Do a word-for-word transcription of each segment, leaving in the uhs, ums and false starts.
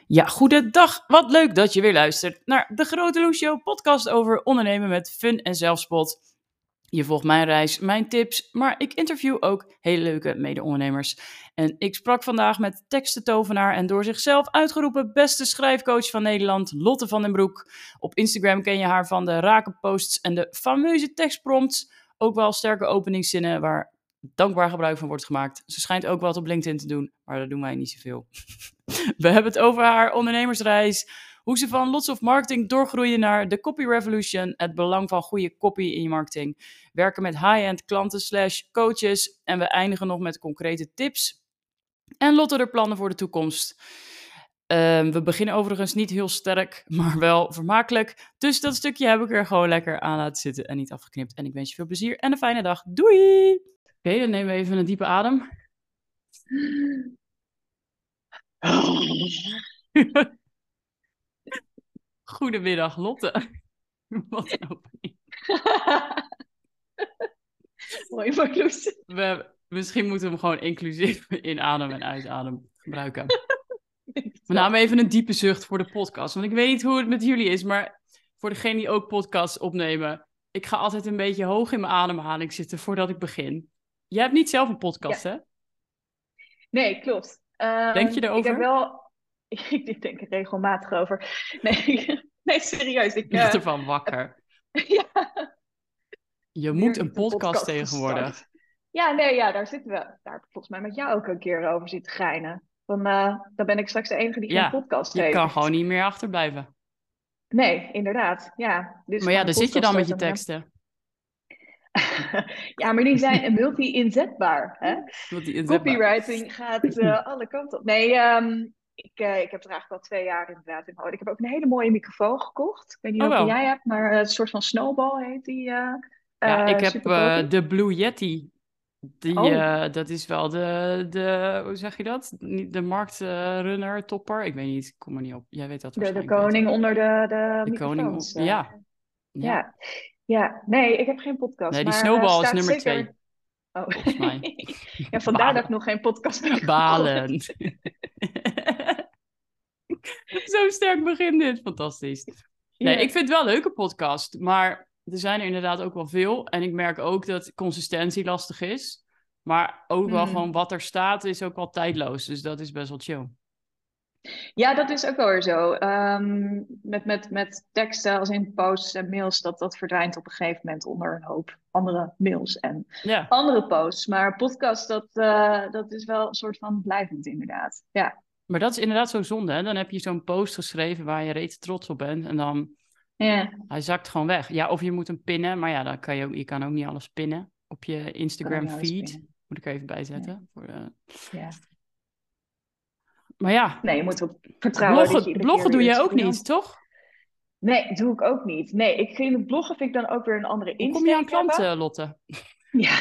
Ja, goedendag. Wat leuk dat je weer luistert naar de Grote Loes Show podcast over ondernemen met fun en zelfspot. Je volgt mijn reis, mijn tips, maar ik interview ook hele leuke mede-ondernemers. En ik sprak vandaag met tekstentovenaar en door zichzelf uitgeroepen beste schrijfcoach van Nederland, Lotte van den Broek. Op Instagram ken je haar van de rakenposts en de fameuze tekstprompts. Ook wel sterke openingszinnen waar dankbaar gebruik van wordt gemaakt. Ze schijnt ook wat op LinkedIn te doen, maar dat doen wij niet zoveel. We hebben het over haar ondernemersreis, hoe ze van lots of marketing doorgroeien naar de copy revolution, het belang van goede copy in je marketing, werken met high-end klanten slash coaches en we eindigen nog met concrete tips en Lotte de plannen voor de toekomst. Uh, we beginnen overigens niet heel sterk, maar wel vermakelijk. Dus dat stukje heb ik er gewoon lekker aan laten zitten en niet afgeknipt. En ik wens je veel plezier en een fijne dag. Doei! Oké, okay, dan nemen we even een diepe adem. Goedemiddag, Lotte. Wat een opening. Mooi, Marloes. We, misschien moeten we hem gewoon inclusief inadem en uitadem gebruiken. We namen even een diepe zucht voor de podcast. Want ik weet niet hoe het met jullie is, maar voor degenen die ook podcasts opnemen, ik ga altijd een beetje hoog in mijn ademhaling zitten voordat ik begin. Jij hebt niet zelf een podcast, ja. Hè? Nee, klopt. Um, denk je erover? Ik heb wel... Ik denk er regelmatig over. Nee, nee serieus. Ik ben uh... ervan wakker. ja. Je moet een podcast, podcast tegenwoordig. Gestart. Ja, nee, ja, daar zitten we. Daar heb ik volgens mij met jou ook een keer over zitten geinen. Dan, uh, dan ben ik straks de enige die ja, geen podcast je heeft. Je kan gewoon niet meer achterblijven. Nee, inderdaad. Ja, dus maar ja, daar zit je dan met je teksten. Ja, maar die zijn multi-inzetbaar. Hè? Multi-inzetbaar. Copywriting gaat uh, alle kanten op. Nee, um, ik, uh, ik heb er eigenlijk al twee jaar inderdaad in gehouden. Ik heb ook een hele mooie microfoon gekocht. Ik weet niet oh, of wel. jij hebt, maar uh, een soort van snowball heet die. Uh, ja, uh, ik heb uh, de Blue Yeti. Die, oh. uh, dat is wel de, de, hoe zeg je dat? De marktrunner, uh, topper. Ik weet niet, ik kom er niet op. Jij weet dat de, waarschijnlijk de koning beter. onder de, de, de microfoons. Koning, ja. ja. Ja. Ja, nee, ik heb geen podcast. Nee, die maar, snowball uh, is nummer zeker... twee. Oh. Volgens mij. ja, vandaar Balen. Dat ik nog geen podcast heb Balen. Zo sterk begin dit. Fantastisch. Nee, yeah. Ik vind het wel een leuke podcast. Maar er zijn er inderdaad ook wel veel. En ik merk ook dat consistentie lastig is. Maar ook wel mm. gewoon wat er staat is ook wel tijdloos. Dus dat is best wel chill. Ja, dat is ook wel weer zo. Um, met, met, met teksten als in posts en mails, dat, dat verdwijnt op een gegeven moment onder een hoop andere mails en ja. andere posts. Maar podcast, dat, uh, dat is wel een soort van blijvend inderdaad. Ja. Maar dat is inderdaad zo zonde, hè? Dan heb je zo'n post geschreven waar je reeds trots op bent en dan ja. hij zakt gewoon weg. Ja, of je moet hem pinnen, maar ja, dan kan je, ook, je kan ook niet alles pinnen op je Instagram feed. Moet ik er even bijzetten. Ja. Voor, uh... ja. Maar ja, nee, je moet op vertrouwen. Bloggen, dat je bloggen doe jij ook niet, toch? Nee, doe ik ook niet. Nee, ik vind het bloggen vind ik dan ook weer een andere insteek. Hoe kom je aan klanten, hebben. Lotte? Ja,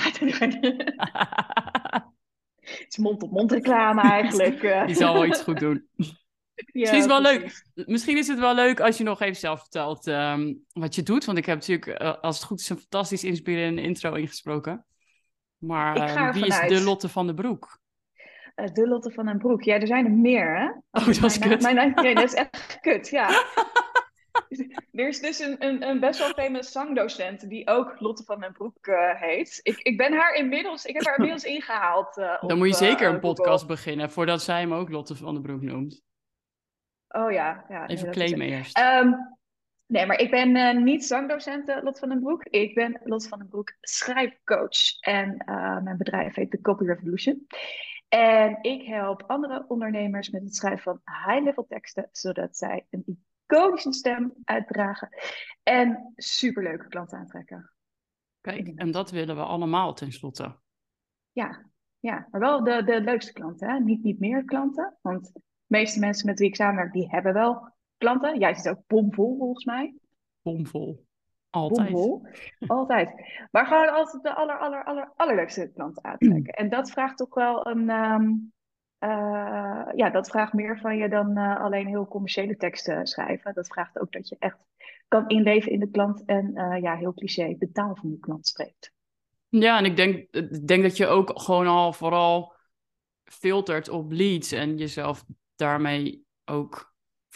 het is mond-op-mond reclame eigenlijk. Die zal wel iets goed doen. Ja, Misschien is het wel precies. leuk. Misschien is het wel leuk als je nog even zelf vertelt um, wat je doet. Want ik heb natuurlijk, uh, als het goed is, een fantastisch inspirerende intro ingesproken. Maar uh, wie is de Lotte van den Broek? De Lotte van den Broek. Ja, er zijn er meer, hè? Oh, dat is mijn, kut. Mijn, mijn, nee, dat is echt kut, ja. Er is dus een, een, een best wel famous zangdocent die ook Lotte van den Broek uh, heet. Ik, ik ben haar inmiddels, ik heb haar inmiddels ingehaald. Uh, Dan op, moet je zeker uh, een podcast Google. beginnen, voordat zij hem ook Lotte van den Broek noemt. Oh ja. ja Even nee, claimen eerst. Um, nee, maar ik ben uh, niet zangdocent uh, Lotte van den Broek. Ik ben Lotte van den Broek schrijfcoach. En uh, mijn bedrijf heet The Copy Revolution. En ik help andere ondernemers met het schrijven van high-level teksten, zodat zij een iconische stem uitdragen en superleuke klanten aantrekken. Kijk, en dat willen we allemaal tenslotte. Ja, ja, maar wel de, de leukste klanten, hè? Niet, niet meer klanten, want de meeste mensen met wie ik samenwerk, die hebben wel klanten. Jij zit ook bomvol volgens mij. Bomvol. Altijd. Bomvol. Altijd. Maar gewoon altijd de aller, aller, aller, allerleukste klanten aantrekken. En dat vraagt toch wel een... Um, uh, ja, dat vraagt meer van je dan uh, alleen heel commerciële teksten schrijven. Dat vraagt ook dat je echt kan inleven in de klant en uh, ja, heel cliché, de taal van de klant spreekt. Ja, en ik denk, ik denk dat je ook gewoon al vooral filtert op leads en jezelf daarmee ook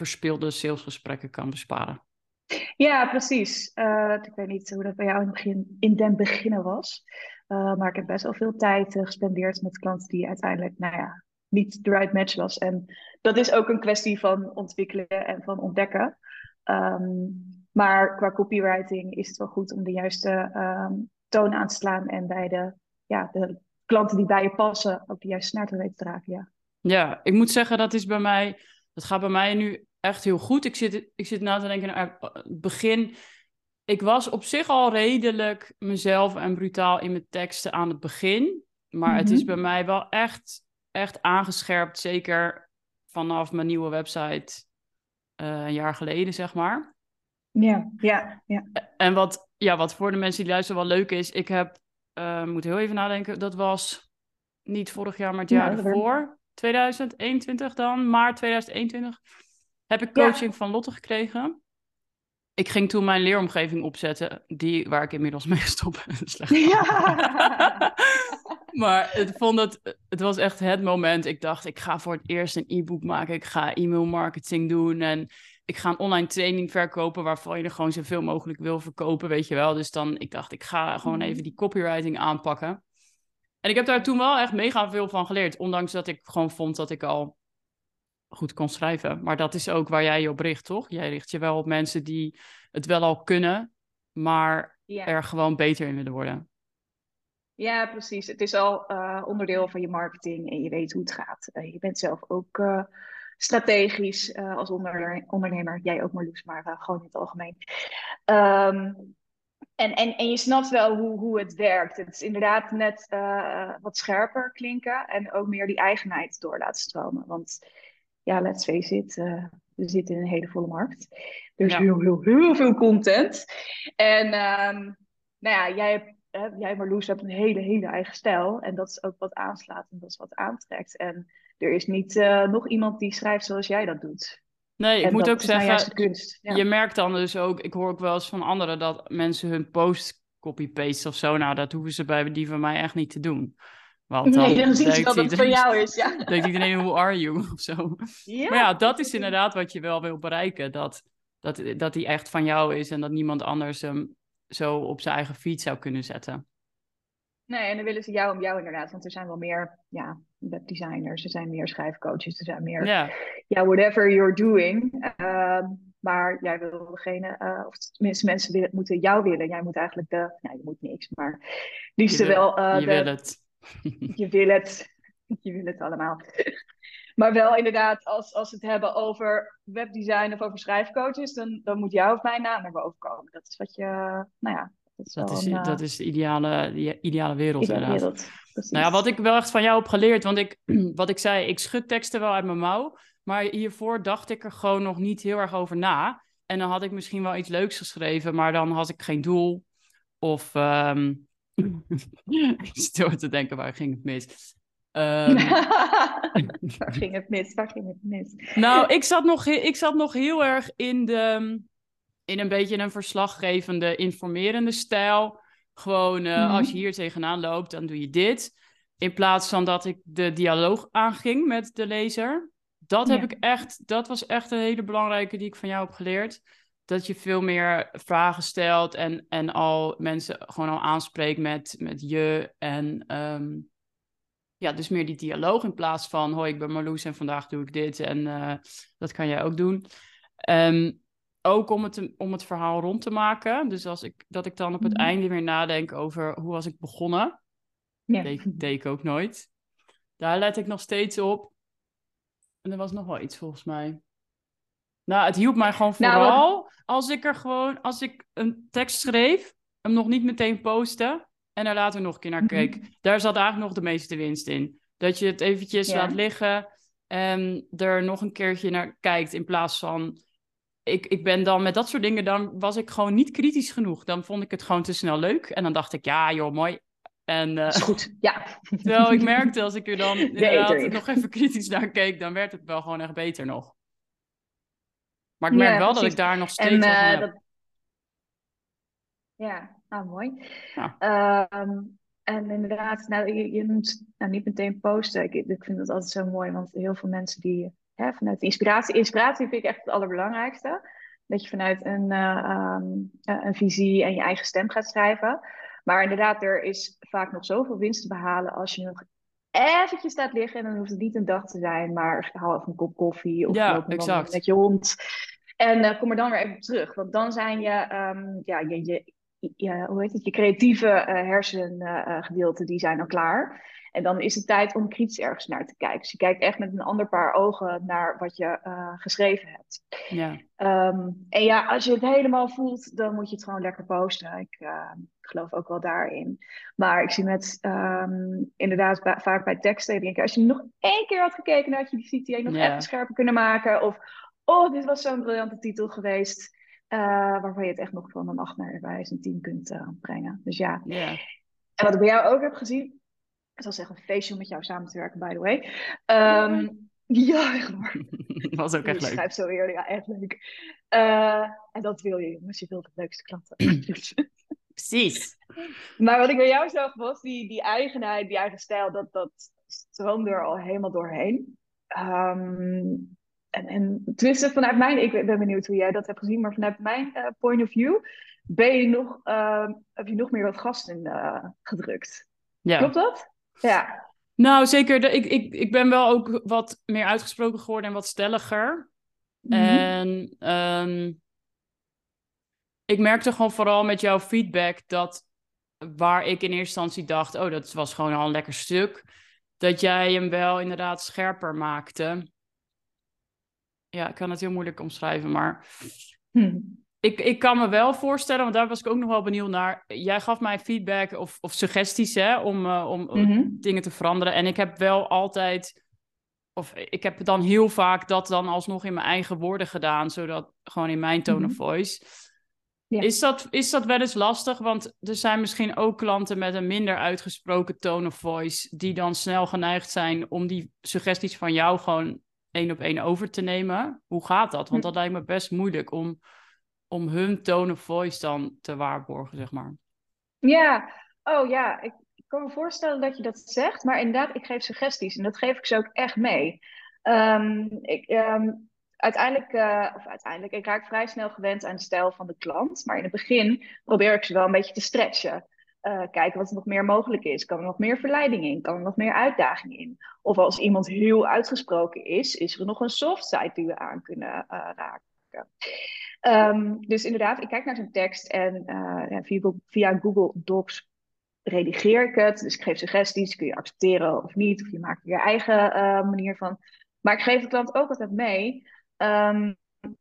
verspilde salesgesprekken kan besparen. Ja, precies. Uh, ik weet niet hoe dat bij jou in, het begin, in den beginnen was. Uh, maar ik heb best wel veel tijd uh, gespendeerd met klanten die uiteindelijk, nou ja, niet de right match was. En dat is ook een kwestie van ontwikkelen en van ontdekken. Um, maar qua copywriting is het wel goed om de juiste um, toon aan te slaan en bij de, ja, de klanten die bij je passen ook de juiste snaar te weten te raken. Ja. Ja, ik moet zeggen, dat is bij mij, dat gaat bij mij nu echt heel goed. Ik zit, ik zit na te denken naar het begin. Ik was op zich al redelijk mezelf en brutaal in mijn teksten aan het begin. Maar het is bij Mm-hmm. mij wel echt, echt aangescherpt. Zeker vanaf mijn nieuwe website uh, een jaar geleden, zeg maar. Ja, ja, ja. En wat, ja, wat voor de mensen die luisteren wel leuk is. Ik heb, uh, moet heel even nadenken. Dat was niet vorig jaar, maar het jaar Nou, ervoor. tweeduizend eenentwintig dan, maart tweeduizend eenentwintig. Heb ik coaching ja. van Lotte gekregen. Ik ging toen mijn leeromgeving opzetten, die, waar ik inmiddels mee gestopt ben. Slecht. Ja. Maar het, vond het, het was echt het moment. Ik dacht, ik ga voor het eerst een e-book maken. Ik ga e-mail marketing doen. En ik ga een online training verkopen waarvan je er gewoon zoveel mogelijk wil verkopen, weet je wel. Dus dan, ik dacht, ik ga gewoon even die copywriting aanpakken. En ik heb daar toen wel echt mega veel van geleerd. Ondanks dat ik gewoon vond dat ik al goed kon schrijven. Maar dat is ook waar jij je op richt, toch? Jij richt je wel op mensen die het wel al kunnen, maar Ja. er gewoon beter in willen worden. Ja, precies. Het is al uh, onderdeel van je marketing en je weet hoe het gaat. Uh, je bent zelf ook uh, strategisch uh, als onder, ondernemer. Jij ook, Marloes, maar uh, gewoon in het algemeen. Um, en, en, en je snapt wel hoe, hoe het werkt. Het is inderdaad net uh, wat scherper klinken en ook meer die eigenheid door laten stromen. Want ja, let's face it, uh, we zitten in een hele volle markt. Er is ja. heel, heel, heel veel content. En um, nou ja, jij hebt Uh, jij, Marloes, hebt een hele, hele eigen stijl. En dat is ook wat aanslaat en dat is wat aantrekt. En er is niet uh, nog iemand die schrijft zoals jij dat doet. Nee, ik en moet dat ook is zeggen, nou juist de kunst. Ja. Je merkt dan dus ook, ik hoor ook wel eens van anderen dat mensen hun post copy-paste of zo. Nou, dat hoeven ze bij die van mij echt niet te doen. Want dan, nee, dan zien ze dat het van jou is. Ja. denkt iedereen, hoe are you? Of zo. Ja, maar ja, dat is inderdaad wat je wel wil bereiken. Dat, dat, dat die echt van jou is en dat niemand anders hem zo op zijn eigen feed zou kunnen zetten. Nee, en dan willen ze jou om jou inderdaad. Want er zijn wel meer ja, webdesigners, er zijn meer schrijfcoaches, er zijn meer... Ja, ja whatever you're doing. Uh, maar jij wil degene... Uh, of tenminste, mensen willen, moeten jou willen. Jij moet eigenlijk de... Nou, je moet niks, maar liefst je wil, wel... Uh, je de, wil het. je wil het. Je wil het allemaal. Maar wel inderdaad, als, als we het hebben over webdesign of over schrijfcoaches, dan, dan moet jouw of mijn naam naar boven komen. Dat is wat je... Nou ja, dat is, Dat is, een, uh, dat is de ideale, de ideale wereld, ideale inderdaad. wereld. Precies. Nou ja, wat ik wel echt van jou heb geleerd, want ik, wat ik zei, ik schud teksten wel uit mijn mouw, maar hiervoor dacht ik er gewoon nog niet heel erg over na. En dan had ik misschien wel iets leuks geschreven, maar dan had ik geen doel. Of, um... ik zit door te denken, waar ging het mis? Um... waar ging het mis? Waar ging het mis? Nou, ik zat nog, ik zat nog heel erg in de... in een beetje een verslaggevende, informerende stijl. Gewoon, uh, mm-hmm. als je hier tegenaan loopt, dan doe je dit. In plaats van dat ik de dialoog aanging met de lezer. Dat heb ja. ik echt, dat was echt een hele belangrijke die ik van jou heb geleerd. Dat je veel meer vragen stelt en, en al mensen gewoon al aanspreekt met, met je. En um, ja, dus meer die dialoog in plaats van, hoi, ik ben Marloes en vandaag doe ik dit. En uh, dat kan jij ook doen. Um, Ook om het, om het verhaal rond te maken. Dus als ik, dat ik dan op het mm-hmm. einde weer nadenk over hoe was ik begonnen. Ja. Deed, deed ik ook nooit. Daar let ik nog steeds op. En er was nog wel iets volgens mij. Nou, het hielp mij gewoon vooral nou, wat... als ik er gewoon, als ik een tekst schreef, hem nog niet meteen posten en er later nog een keer naar keek. Mm-hmm. Daar zat eigenlijk nog de meeste winst in. Dat je het eventjes ja. laat liggen en er nog een keertje naar kijkt in plaats van... Ik, ik ben dan met dat soort dingen, dan was ik gewoon niet kritisch genoeg. Dan vond ik het gewoon te snel leuk. En dan dacht ik, ja joh, mooi. En, uh, is goed, ja. Terwijl ik merkte, als ik er dan inderdaad nog even kritisch naar keek, dan werd het wel gewoon echt beter nog. Maar ik merk ja, wel precies. dat ik daar nog steeds en, uh, van heb. Dat... Ja, nou mooi. Ja. Um, en inderdaad, nou, je, je noemt nou, niet meteen posten. Ik, ik vind dat altijd zo mooi, want heel veel mensen die hè, vanuit de inspiratie. Inspiratie vind ik echt het allerbelangrijkste. Dat je vanuit een, uh, um, uh, een visie en je eigen stem gaat schrijven. Maar inderdaad, er is vaak nog zoveel winst te behalen als je nog eventjes staat liggen. En dan hoeft het niet een dag te zijn, maar haal even een kop koffie of Ja, loop een wandeling exact. met je hond. En uh, kom er dan weer even op terug. Want dan zijn je, um, ja, je, je, je, hoe heet het, je creatieve uh, hersengedeelten, uh, die zijn al klaar. En dan is het tijd om kritisch ergens naar te kijken. Dus je kijkt echt met een ander paar ogen naar wat je uh, geschreven hebt. Ja. Um, en ja, als je het helemaal voelt, dan moet je het gewoon lekker posten. Ik, uh, ik geloof ook wel daarin. Maar ik zie met um, inderdaad ba- vaak bij teksten, denk ik, als je nog één keer had gekeken, dan had je die C T A nog even Ja. scherper kunnen maken. Of, oh, dit was zo'n briljante titel geweest. Uh, waarvan je het echt nog van een acht naar bij een tien kunt uh, brengen. Dus ja. Ja. En wat ik bij jou ook heb gezien, ik zal zeggen, een feestje om met jou samen te werken, by the way. Um, ja, echt waar. Was ook Je echt leuk. schrijft zo eerlijk, ja, echt leuk. Uh, en dat wil je, jongens. Je wilt de leukste klanten. Precies. Maar wat ik bij jou zag was, die, die eigenheid, die eigen stijl, dat, dat stroomde er al helemaal doorheen. Um, en, en tenminste, vanuit mijn, ik ben benieuwd hoe jij dat hebt gezien, maar vanuit mijn uh, point of view, ben je nog, uh, heb je nog meer wat gasten uh, gedrukt. Ja. Klopt dat? Ja. Nou, zeker. De, ik, ik, ik ben wel ook wat meer uitgesproken geworden en wat stelliger. Mm-hmm. En um, ik merkte gewoon vooral met jouw feedback dat waar ik in eerste instantie dacht, oh, dat was gewoon al een lekker stuk, dat jij hem wel inderdaad scherper maakte. Ja, ik kan het heel moeilijk omschrijven, maar Hmm. ik, ik kan me wel voorstellen, want daar was ik ook nog wel benieuwd naar. Jij gaf mij feedback of, of suggesties hè, om, uh, om uh, Mm-hmm. dingen te veranderen. En ik heb wel altijd, of ik heb dan heel vaak dat dan alsnog in mijn eigen woorden gedaan, zodat gewoon in mijn tone of Mm-hmm. voice. Ja. Is dat, is dat wel eens lastig? Want er zijn misschien ook klanten met een minder uitgesproken tone of voice, die dan snel geneigd zijn om die suggesties van jou gewoon één op één over te nemen. Hoe gaat dat? Want dat lijkt me best moeilijk om, om hun tone of voice dan te waarborgen, zeg maar. Ja, oh ja, ik, ik kan me voorstellen dat je dat zegt, maar inderdaad, ik geef suggesties en dat geef ik ze ook echt mee. Um, ik, um, uiteindelijk, uh, of uiteindelijk, ik raak vrij snel gewend aan de stijl van de klant, maar in het begin probeer ik ze wel een beetje te stretchen. Uh, kijken wat er nog meer mogelijk is. Kan er nog meer verleiding in? Kan er nog meer uitdaging in? Of als iemand heel uitgesproken is, is er nog een soft side die we aan kunnen uh, raken. Um, dus inderdaad, ik kijk naar zo'n tekst en uh, ja, via, Google, via Google Docs redigeer ik het. Dus ik geef suggesties, kun je accepteren of niet, of je maakt er je eigen uh, manier van. Maar ik geef de klant ook altijd mee. Um,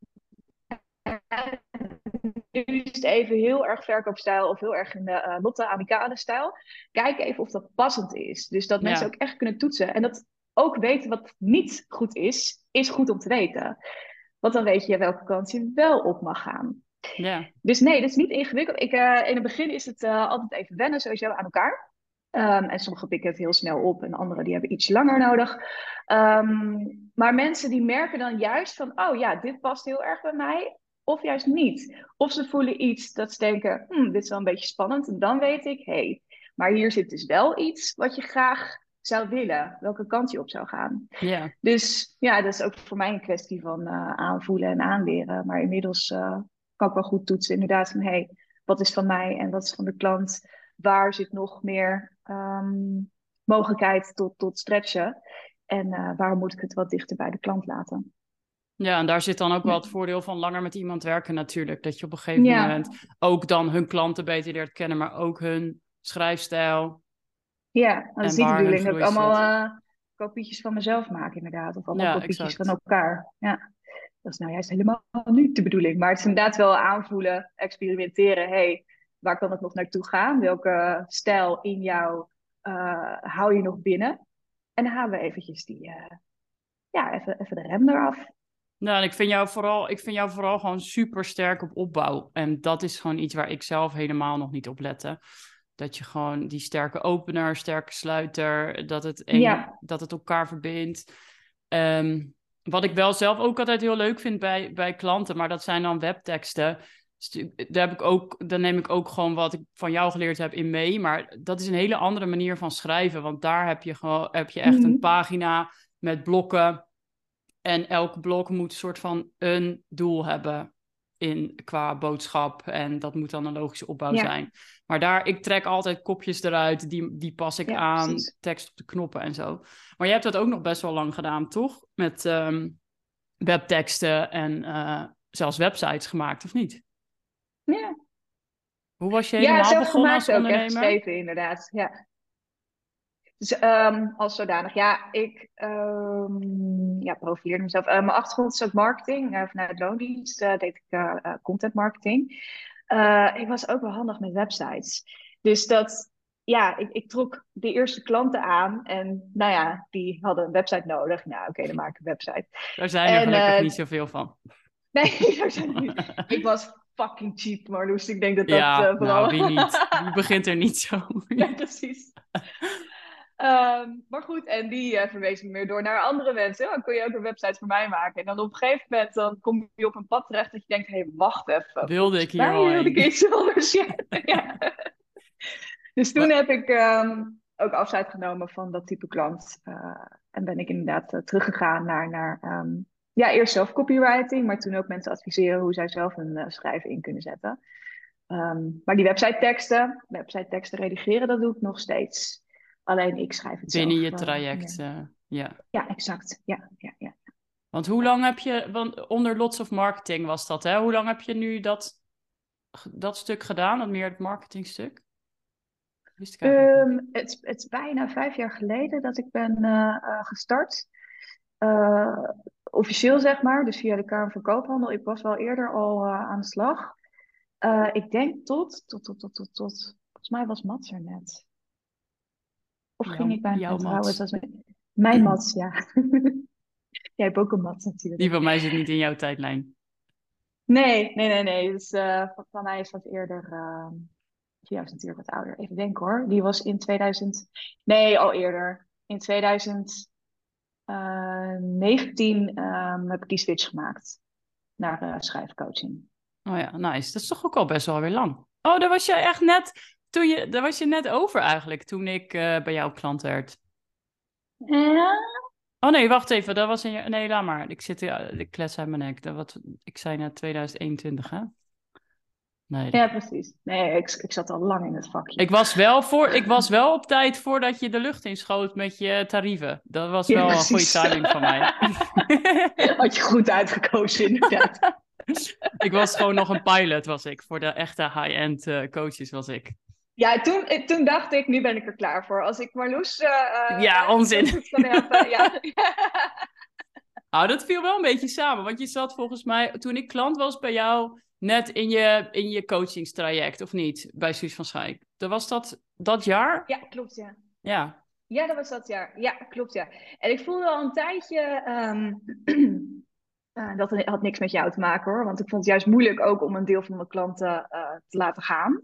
nu is het even heel erg verkoopstijl of heel erg in de uh, Lotte Amicale stijl. Kijk even of dat passend is. Dus dat mensen Ja, ook echt kunnen toetsen. En dat ook weten wat niet goed is, is goed om te weten. Want dan weet je welke kant je wel op mag gaan. ja, Dus nee, dat is niet ingewikkeld. Ik, uh, in het begin is het uh, altijd even wennen sowieso aan elkaar. Um, en sommige pikken het heel snel op en andere die hebben iets langer nodig. Um, maar mensen die merken dan juist van, oh ja, dit past heel erg bij mij. Of juist niet. Of ze voelen iets dat ze denken, hm, dit is wel een beetje spannend. En dan weet ik, hé, hey, maar hier zit dus wel iets wat je graag zou willen. Welke kant je op zou gaan. ja. Dus ja, dat is ook voor mij een kwestie van uh, aanvoelen en aanleren. Maar inmiddels uh, kan ik wel goed toetsen inderdaad van, hé, hey, wat is van mij en wat is van de klant? Waar zit nog meer um, mogelijkheid tot, tot stretchen? En uh, waar moet ik het wat dichter bij de klant laten? Ja, en daar zit dan ook wel Ja, het voordeel van langer met iemand werken natuurlijk. Dat je op een gegeven ja, moment ook dan hun klanten beter leert kennen, maar ook hun schrijfstijl ja, dat is en niet de waar hun bedoeling dat ik groei allemaal zit. uh, kopietjes van mezelf maak inderdaad. Of allemaal Ja, kopietjes van exact. elkaar. Ja, dat is nou juist helemaal niet de bedoeling. Maar het is inderdaad wel aanvoelen, experimenteren. Hey, waar kan het nog naartoe gaan? Welke stijl in jou uh, hou je nog binnen? En dan halen we eventjes die, uh, ja, even, even de rem eraf. Nou, en ik vind jou vooral, ik vind jou vooral gewoon super sterk op opbouw. En dat is gewoon iets waar ik zelf helemaal nog niet op lette. Dat je gewoon die sterke opener, sterke sluiter, dat het, een, Ja. dat het elkaar verbindt. Um, wat ik wel zelf ook altijd heel leuk vind bij, bij klanten, maar dat zijn dan webteksten. Daar, heb ik ook, daar neem ik ook gewoon wat ik van jou geleerd heb in mee. Maar dat is een hele andere manier van schrijven. Want daar heb je, gewoon, heb je echt een Mm-hmm. pagina met blokken. En elk blok moet een soort van een doel hebben in, qua boodschap. En dat moet dan een logische opbouw Ja, zijn. Maar daar, ik trek altijd kopjes eruit, die, die pas ik ja, aan, precies. tekst op de knoppen en zo. Maar jij hebt dat ook nog best wel lang gedaan, toch? Met ehm, webteksten en uh, zelfs websites gemaakt, of niet? Ja, Hoe was je ja, helemaal zelf begonnen als gemaakt ook en ondernemer? geschreven inderdaad. Ja. Dus ehm, als zodanig, ja, ik ehm, ja, profileerde mezelf. Eh, mijn achtergrond is ook marketing. Eh, vanuit loondienst eh, deed ik eh, eh, content marketing. Eh, ik was ook wel handig met websites. Dus dat, ja, ik, ik trok de eerste klanten aan. En nou ja, die hadden een website nodig. Nou, oké, dan maak ik een website. Daar zijn er En gelukkig uh, niet zoveel van. nee, daar zijn er niet. Ik was fucking cheap, Marloes. Ik denk dat dat Ja, uh, nou, vooral... wie niet? Wie begint er niet zo? ja, precies. Um, maar goed, en die uh, verwees me meer door naar andere mensen. Ja, dan kun je ook een website voor mij maken. En dan op een gegeven moment dan kom je op een pad terecht dat je denkt, hé, hey, wacht even. Wilde ik Volgens hier mij al wilde ik heen? iets anders. Ja. Ja. Dus toen Maar, heb ik um, ook afscheid genomen van dat type klant. Uh, en ben ik inderdaad uh, teruggegaan naar, naar um, ja, eerst zelf copywriting, maar toen ook mensen adviseren hoe zij zelf een uh, schrijven in kunnen zetten. Um, maar die website teksten, website teksten redigeren, dat doe ik nog steeds. Alleen ik schrijf het binnen zelf je uh, traject, meer. uh, ja. Ja, exact. Ja, ja, ja. Want hoe lang heb je, want onder Lots of Marketing was dat, hè? Hoe lang heb je nu dat, dat stuk gedaan, dat meer het marketingstuk? Wist ik eigenlijk niet. Um, het, het is bijna vijf jaar geleden dat ik ben uh, uh, gestart. Uh, officieel zeg maar, dus via de Kamer van Koophandel. Ik was wel eerder al uh, aan de slag. Uh, ik denk tot, tot, tot, tot, tot, tot, volgens mij was Mats er net. Of ging ik Jouw, bij jouw hem trouwens? Mats. Dat was mijn, mijn Mats, ja. Jij hebt ook een Mats Die natuurlijk. van mij zit niet in jouw tijdlijn. Nee, nee, nee, nee. Dus uh, van, van mij is wat eerder. Uh, ja, is natuurlijk wat ouder. Even denken hoor. Die was in tweeduizend. Nee, al eerder. In twintig negentien um, heb ik die switch gemaakt naar uh, schrijfcoaching. Oh ja, nice. Dat is toch ook al best wel weer lang. Oh, daar was je echt net, toen je, daar was je net over eigenlijk, toen ik uh, bij jou klant werd. Ja, Oh nee, wacht even. Dat was in, nee, laat maar. Ik zit, ja, de klets uit mijn nek. Dat wat, ik zei net twintig eenentwintig, hè? Nee, dat ja precies. Nee, ik, ik zat al lang in het vakje. Ik was wel voor, ik was wel op tijd voordat je de lucht inschoot met je tarieven. Dat was Ja, wel een goede precies. timing van mij. Had je goed uitgekozen, inderdaad. Ik was gewoon nog een pilot, was ik. Voor de echte high-end uh, coaches was ik. Ja, toen, toen dacht ik, nu ben ik er klaar voor. Als ik Marloes uh, Ja, uh, onzin. zo goed kan helpen. Ja. Nou, dat viel wel een beetje samen. Want je zat volgens mij, toen ik klant was bij jou, net in je, in je coachingstraject, of niet? Bij Suus van Schaik. Dat was dat, dat jaar? Ja, klopt, ja. Ja. Ja, dat was dat jaar. Ja, klopt, ja. En ik voelde al een tijdje... Um, uh, dat had niks met jou te maken, hoor. Want ik vond het juist moeilijk ook om een deel van mijn klanten uh, te laten gaan.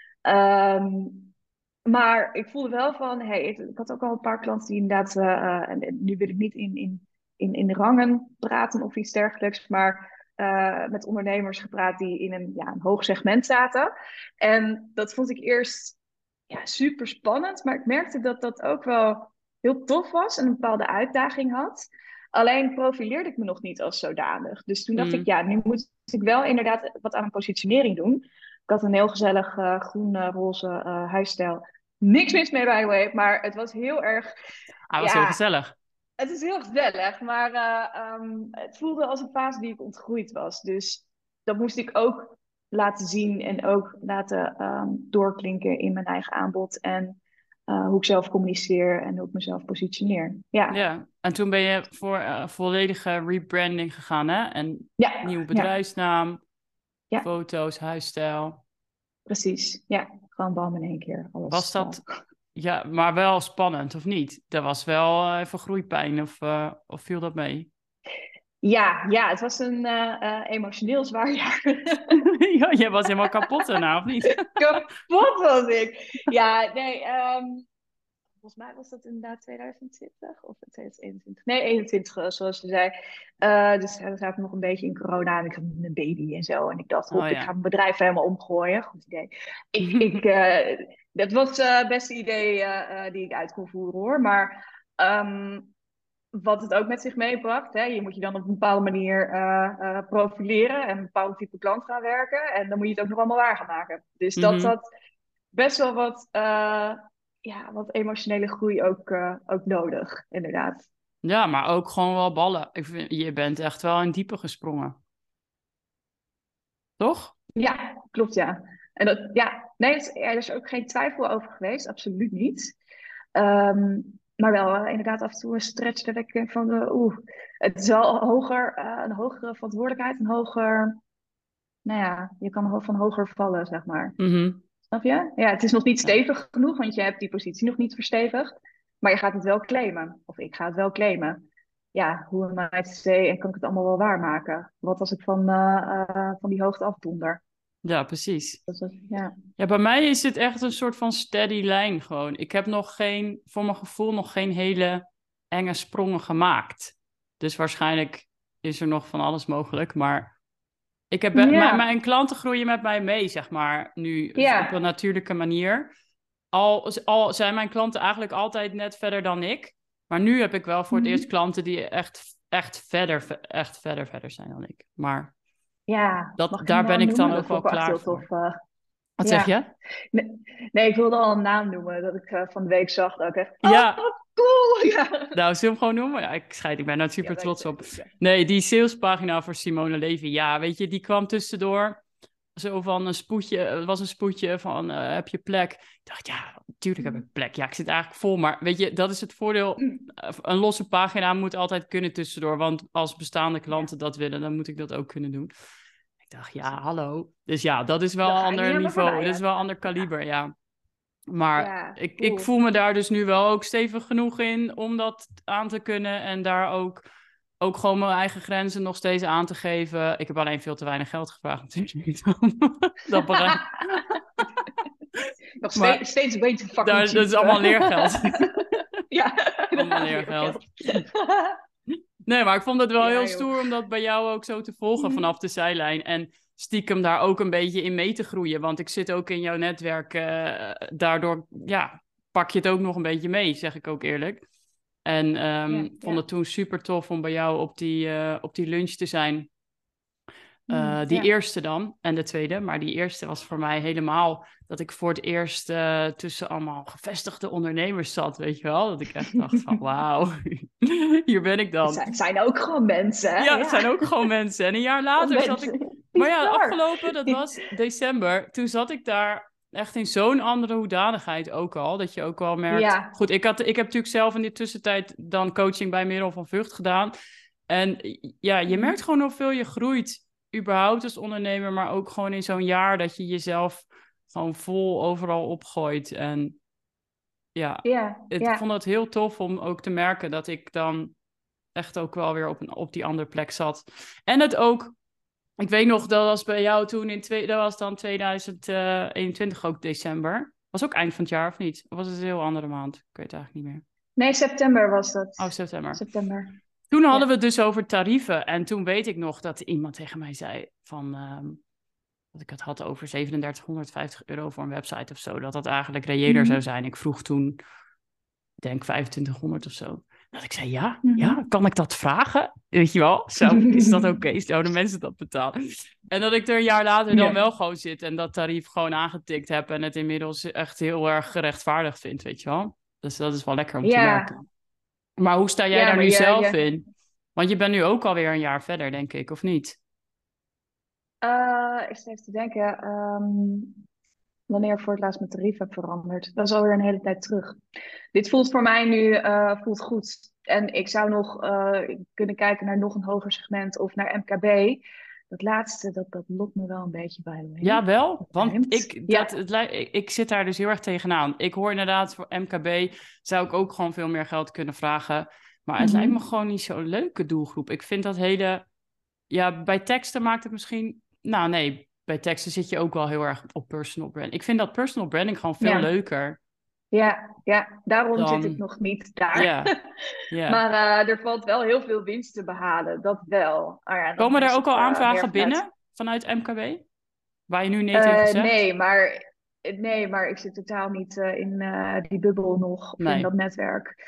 Um, maar ik voelde wel van... Hey, ik, ik had ook al een paar klanten die inderdaad... Uh, en nu wil ik niet in, in, in, in rangen praten of iets dergelijks... maar uh, met ondernemers gepraat die in een, ja, een hoog segment zaten. En dat vond ik eerst... Ja, super spannend. Maar ik merkte dat dat ook wel heel tof was en een bepaalde uitdaging had. Alleen profileerde ik me nog niet als zodanig. Dus toen dacht ik, Mm. ja, nu moet ik wel inderdaad wat aan mijn positionering doen. Ik had een heel gezellig uh, groen-roze uh, huisstijl. Niks mis mee, by the way. Maar het was heel erg, Hij was heel ja, gezellig. het is heel gezellig. Maar uh, um, het voelde als een fase die ik ontgroeid was. Dus dat moest ik ook laten zien en ook laten um, doorklinken in mijn eigen aanbod. En uh, hoe ik zelf communiceer en hoe ik mezelf positioneer. Ja, Ja, en toen ben je voor uh, volledige rebranding gegaan, hè? En ja, nieuwe ja, bedrijfsnaam, ja, foto's, huisstijl. precies. Ja, gewoon bam in één keer. Was Alles. dat, ja, maar wel spannend, of niet? Dat was wel uh, even groeipijn, of, uh, of viel dat mee? Ja, ja, het was een uh, uh, emotioneel zwaar jaar. Ja, jij was helemaal kapot daarna, of niet? Kapot was ik. Ja, nee, um, volgens mij was dat inderdaad twintig twintig of twintig eenentwintig. Nee, eenentwintig, zoals je zei. Uh, dus we zaten nog een beetje in corona en ik had een baby en zo. En ik dacht, Oh hop, ik ga ja. mijn bedrijf helemaal omgooien. Goed idee. Ik, ik, uh, dat was uh, het beste idee uh, uh, die ik uit kon voeren, hoor. Maar um, wat het ook met zich meebracht. Hè? Je moet je dan op een bepaalde manier uh, uh, profileren en een bepaald type klant gaan werken. En dan moet je het ook nog allemaal waar gaan maken. Dus dat Mhm. had best wel wat, uh, ja, wat emotionele groei ook, uh, ook nodig, inderdaad. Ja, maar ook gewoon wel ballen. Ik vind, je bent echt wel in diepe gesprongen. Toch? Ja, klopt ja. En dat, ja, nee, het- er is ook geen twijfel over geweest, absoluut niet. Ehm, maar wel eh, inderdaad af en toe een stretch dat ik denk van, uh, oeh, het is wel hoger, eh, een hogere verantwoordelijkheid, een hoger, nou ja, je kan ho- van hoger vallen, zeg maar. Mhm. Snap je? Ja, het is nog niet Ja. stevig genoeg, want je hebt die positie nog niet verstevigd. Maar je gaat het wel claimen. Of ik ga het wel claimen. Ja, hoe am I to say en kan ik het allemaal wel waarmaken? Wat als ik van, eh, eh, van die hoogte afdonder? Ja, precies. Dat is, ja. Ja, bij mij is het echt een soort van steady lijn gewoon. Ik heb nog geen, voor mijn gevoel, nog geen hele enge sprongen gemaakt. Dus waarschijnlijk is er nog van alles mogelijk. Maar ik heb, be- mijn, Ja, mijn klanten groeien met mij mee, zeg maar, nu op een ja. natuurlijke manier. Al, al zijn mijn klanten eigenlijk altijd net verder dan ik. Maar nu heb ik wel voor het eerst Mhm. klanten die echt, echt verder, echt verder, verder zijn dan ik. Maar Ja, dat, mag ik een daar ben naam ik dan noemen? ook Dat wel vond ik wel echt klaar heel tof. voor. eh. Wat zeg Ja. je? Nee, nee, ik wilde al een naam noemen. Dat ik eh, van de week zag dat ik echt, oh, Ja, cool. Ja, nou, zullen we hem gewoon noemen? Ja, ik scheid, ik ben daar ja super lijkt trots me echt op. goed. Ja. Nee, die salespagina voor Simone Levy. Ja, weet je, die kwam tussendoor. Zo van een spoedje, het was een spoedje van, eh, heb je plek? Ik dacht, ja, natuurlijk heb ik plek. Ja, ik zit eigenlijk vol. Maar weet je, dat is het voordeel. Mm. Eh, Een losse pagina moet altijd kunnen tussendoor. Want als bestaande Ja, klanten dat willen, dan moet ik dat ook kunnen doen. Ik dacht, ja, hallo. Dus ja, dat is wel dan een ga je niet ander helemaal niveau. voorbij Dat is wel een aan. ander Ja, kaliber, ja. Maar ja, ik, ik cool. voel me daar dus nu wel ook stevig genoeg in om dat aan te kunnen en daar ook, ook gewoon mijn eigen grenzen nog steeds aan te geven. Ik heb alleen veel te weinig geld gevraagd natuurlijk. Dat begrijp Nog steeds, Maar steeds een beetje fucking daar, dat is cheap. allemaal leergeld. Ja, Allemaal inderdaad, leergeld. leergeld. Nee, maar ik vond het wel heel Ja, joh. stoer om dat bij jou ook zo te volgen vanaf de zijlijn. En stiekem daar ook een beetje in mee te groeien. Want ik zit ook in jouw netwerk. eh, daardoor ja, pak je het ook nog een beetje mee, zeg ik ook eerlijk. En Ja, ehm, vond ja. het toen super tof om bij jou op die, eh, op die lunch te zijn. Mm, Eh, die ja. eerste dan en de tweede. Maar die eerste was voor mij helemaal dat ik voor het eerst eh, tussen allemaal gevestigde ondernemers zat, weet je wel. Dat ik echt dacht van wauw, hier ben ik Het dan. zijn, het zijn ook gewoon mensen, hè? Ja, het zijn Ja, ook gewoon mensen. En een jaar gewoon later zat ik. mensen. Maar ja, Bizar. afgelopen, dat was december. Toen zat ik daar echt in zo'n andere hoedanigheid ook al. Dat je ook wel merkt. Ja. Goed, ik, had, ik heb natuurlijk zelf in die tussentijd dan coaching bij Merel van Vught gedaan. En ja, je merkt Mhm. gewoon hoeveel je groeit. Überhaupt als ondernemer, maar ook gewoon in zo'n jaar dat je jezelf gewoon vol overal opgooit. En ja, Ja, het, ik vond ja. het heel tof om ook te merken dat ik dan echt ook wel weer op, een, op die andere plek zat. En het ook, ik weet nog, dat was bij jou toen in, twee, dat was dan tweeduizend eenentwintig ook december. Was ook eind van het jaar of niet? Of was het een heel andere maand? Ik weet het eigenlijk niet meer. Nee, september was Oh, dat. september. September. Toen hadden Ja. we het dus over tarieven. En toen weet ik nog dat iemand tegen mij zei van... ehm, dat ik het had over drieduizend zevenhonderdvijftig euro voor een website of zo. Dat dat eigenlijk reëler zou Mhm. zijn. Ik vroeg toen denk vijfentwintighonderd of zo. Dat ik zei, ja, ja, Mhm. kan ik dat vragen? Weet je wel, zo, is dat oké? Zouden mensen dat betalen? En dat ik er een jaar later dan Ja. wel gewoon zit en dat tarief gewoon aangetikt heb en het inmiddels echt heel erg gerechtvaardigd vind, weet je wel? Dus dat is wel lekker om te Ja. merken. Maar hoe sta jij Ja, daar maar nu je, zelf je, in? Want je bent nu ook alweer een jaar verder, denk ik, of niet? uh, ik zit even te denken, ehm, wanneer ik voor het laatst mijn tarief heb veranderd. Dat is alweer een hele tijd terug. Dit voelt voor mij nu uh, voelt goed. En ik zou nog uh, kunnen kijken naar nog een hoger segment of naar M K B. Dat laatste, dat, dat lokt me wel een beetje bij me Ja, heen. wel. Dat Want rijmt. ik, dat, Ja. het, lij- ik, ik zit daar dus heel erg tegenaan. Ik hoor inderdaad voor M K B zou ik ook gewoon veel meer geld kunnen vragen. Maar het lijkt me Mhm. gewoon niet zo'n leuke doelgroep. Ik vind dat hele... Ja, bij teksten maakt het misschien... Nou nee, bij teksten zit je ook wel heel erg op personal branding. Ik vind dat personal branding gewoon veel Ja. leuker Ja, ja, daarom zit ik dan... nog niet daar. Ja, ja. Maar uh, er valt wel heel veel winst te behalen, dat wel. Ah ja, dan Komen er is ook het al uh, meer aanvragen vanuit. binnen vanuit M K B? Waar je nu nee tegen Uh, zegt? nee, maar, nee, maar ik zit totaal niet uh, in uh, die bubbel nog of in Nee. dat netwerk.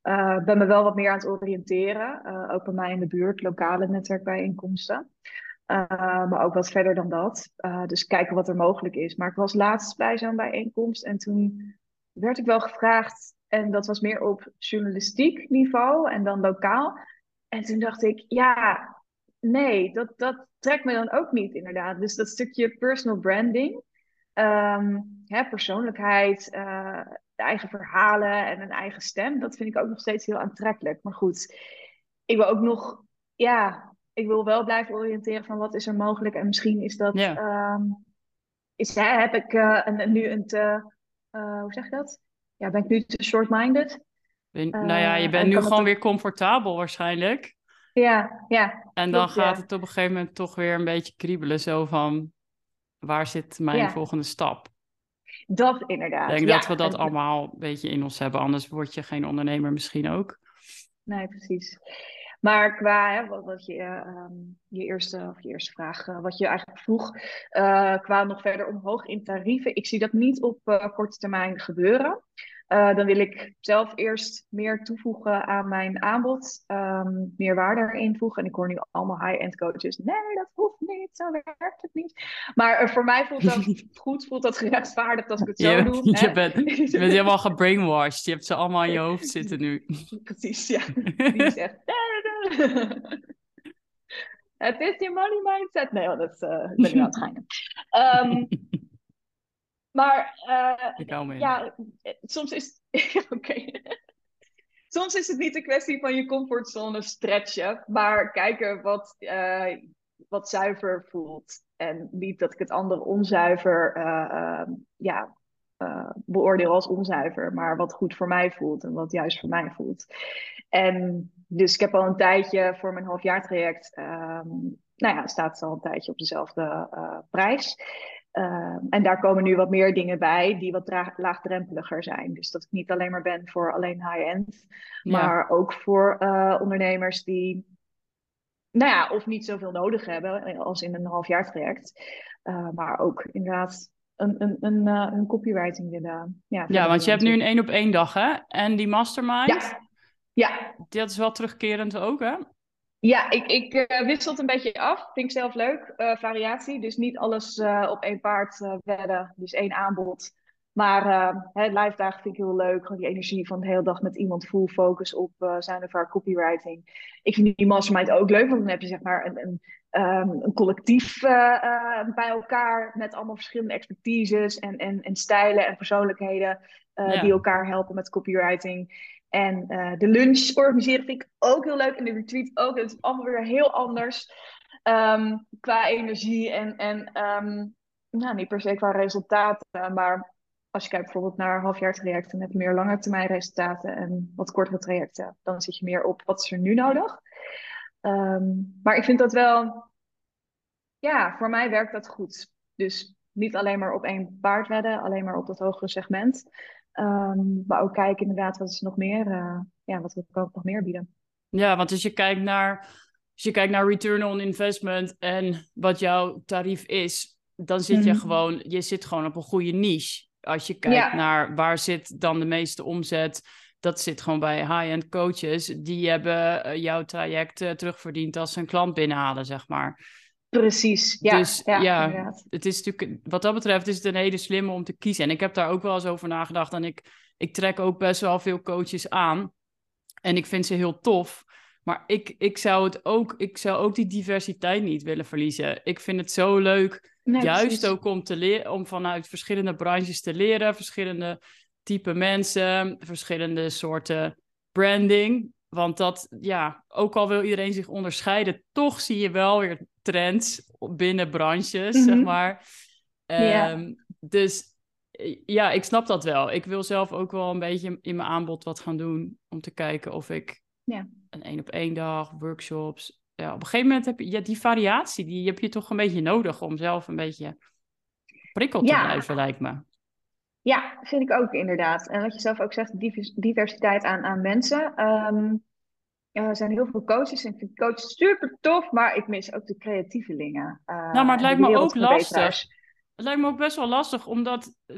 Uh, ben me wel wat meer aan het oriënteren. Uh, ook bij mij in de buurt, lokale netwerkbijeenkomsten. Uh, maar ook wat verder dan dat. Uh, dus kijken wat er mogelijk is. Maar ik was laatst bij zo'n bijeenkomst en toen werd ik wel gevraagd. En dat was meer op journalistiek niveau en dan lokaal. En toen dacht ik, ja, nee, dat, dat trekt me dan ook niet inderdaad. Dus dat stukje personal branding, um, hè, persoonlijkheid, uh, de eigen verhalen en een eigen stem, dat vind ik ook nog steeds heel aantrekkelijk. Maar goed, ik wil ook nog, ja, ik wil wel blijven oriënteren van wat is er mogelijk. En misschien is dat, Ja. um, is, hè, heb ik uh, een, nu een te, uh, hoe zeg je dat? Ja, ben ik nu te short-minded? Ben- nou ja, je Uh, bent en nu kan het gewoon ook, weer comfortabel waarschijnlijk. ja, ja, En dan klopt, gaat ja. het op een gegeven moment toch weer een beetje kriebelen. Zo van, waar zit mijn Ja, volgende stap? dat Ik inderdaad, denk dat we ja. dat En, allemaal een beetje in ons hebben. Anders word je geen ondernemer misschien ook. nee, precies. Maar qua hè, wat, wat je, eh, ehm, je, eerste, of je eerste vraag, eh, wat je eigenlijk vroeg, eh, qua nog verder omhoog in tarieven, ik zie dat niet op eh, korte termijn gebeuren. Eh, dan wil ik zelf eerst meer toevoegen aan mijn aanbod, ehm, meer waarde erin voegen. En ik hoor nu allemaal high-end coaches, nee, dat hoeft niet, zo werkt het niet. Maar eh, voor mij voelt dat goed, voelt dat gerechtvaardigd als ik het zo Je, doe. je, Hè? bent, je bent helemaal gebrainwashed. Je hebt ze allemaal in je hoofd zitten nu. Precies, ja. Die zegt. Het is je money mindset. Nee, want dat, uh, ik ben nu aan het schijnen. Um, maar uh, Ik hou me in. ja, soms is, okay. soms is het niet een kwestie van je comfortzone stretchen, maar kijken wat, uh, wat zuiver voelt. En niet dat ik het andere onzuiver uh, uh, ja, uh, beoordeel als onzuiver, maar wat goed voor mij voelt en wat juist voor mij voelt. En dus ik heb al een tijdje voor mijn halfjaartraject, um, nou ja, staat al een tijdje op dezelfde uh, prijs. Uh, en daar komen nu wat meer dingen bij die wat laagdrempeliger zijn. Dus dat ik niet alleen maar ben voor alleen high-end, Ja. maar ook voor uh, ondernemers die, nou ja, of niet zoveel nodig hebben als in een halfjaartraject. Uh, maar ook inderdaad een, een, een, uh, een copywriting willen, ja, Ja, verder want je willen hebt nu een ontwikkelen. één op één dag, hè? En die mastermind, Ja, ja. dat is wel terugkerend ook, hè? Ja, ik, ik uh, wissel het een beetje af. Vind ik zelf leuk. Uh, variatie. Dus niet alles uh, op één paard uh, wedden. Dus één aanbod. Maar uh, live dagen vind ik heel leuk. Gewoon die energie van de hele dag met iemand full focus op uh, zijn of haar copywriting. Ik vind die mastermind ook leuk. Want dan heb je zeg maar een, een, um, een collectief uh, uh, bij elkaar. Met allemaal verschillende expertises en, en, en stijlen en persoonlijkheden. Uh, die Ja. elkaar helpen met copywriting. En uh, de lunch organiseren vind ik ook heel leuk. En de retreat ook. Het is allemaal weer heel anders. Um, qua energie en, en um, nou, niet per se qua resultaten. Maar als je kijkt bijvoorbeeld naar halfjaartrajecten, dan heb je meer lange termijn resultaten en wat kortere trajecten. Dan zit je meer op wat is er nu nodig. Um, maar ik vind dat wel, ja, voor mij werkt dat goed. Dus niet alleen maar op één paard wedden, alleen maar op dat hogere segment. Um, maar ook kijken inderdaad wat is nog meer, uh, ja, wat we ook nog meer bieden. Ja, want als je kijkt naar, als je kijkt naar return on investment en wat jouw tarief is, dan zit je Mm-hmm. gewoon, je zit gewoon op een goede niche. Als je kijkt Ja, naar waar zit dan de meeste omzet, dat zit gewoon bij high-end coaches. Die hebben uh, jouw traject uh, terugverdiend als ze een klant binnenhalen, zeg maar. precies. Ja, Dus ja, ja, inderdaad. het is natuurlijk, wat dat betreft is het een hele slimme om te kiezen. En ik heb daar ook wel eens over nagedacht. En ik, ik trek ook best wel veel coaches aan. En ik vind ze heel tof. Maar ik, ik, zou het ook, ik zou ook die diversiteit niet willen verliezen. Ik vind het zo leuk, Nee, juist precies. ook om, te leren, om vanuit verschillende branches te leren. Verschillende type mensen, verschillende soorten branding. Want dat, ja, ook al wil iedereen zich onderscheiden, toch zie je wel weer trends binnen branches, zeg Mm-hmm. maar. Ja, Um, dus ja, ik snap dat wel. Ik wil zelf ook wel een beetje in mijn aanbod wat gaan doen. Om te kijken of ik ja. een één op één dag, workshops. Ja, op een gegeven moment heb je ja, die variatie, die heb je toch een beetje nodig om zelf een beetje prikkeld te Ja, blijven, lijkt me. ja, vind ik ook inderdaad. En wat je zelf ook zegt, divers- diversiteit aan, aan mensen. Um, ja, er zijn heel veel coaches en ik vind coaches super tof, maar ik mis ook de creatievelingen Nou, uh, maar het en de lijkt me ook lastig. wereldverbeteraars. Het lijkt me ook best wel lastig, omdat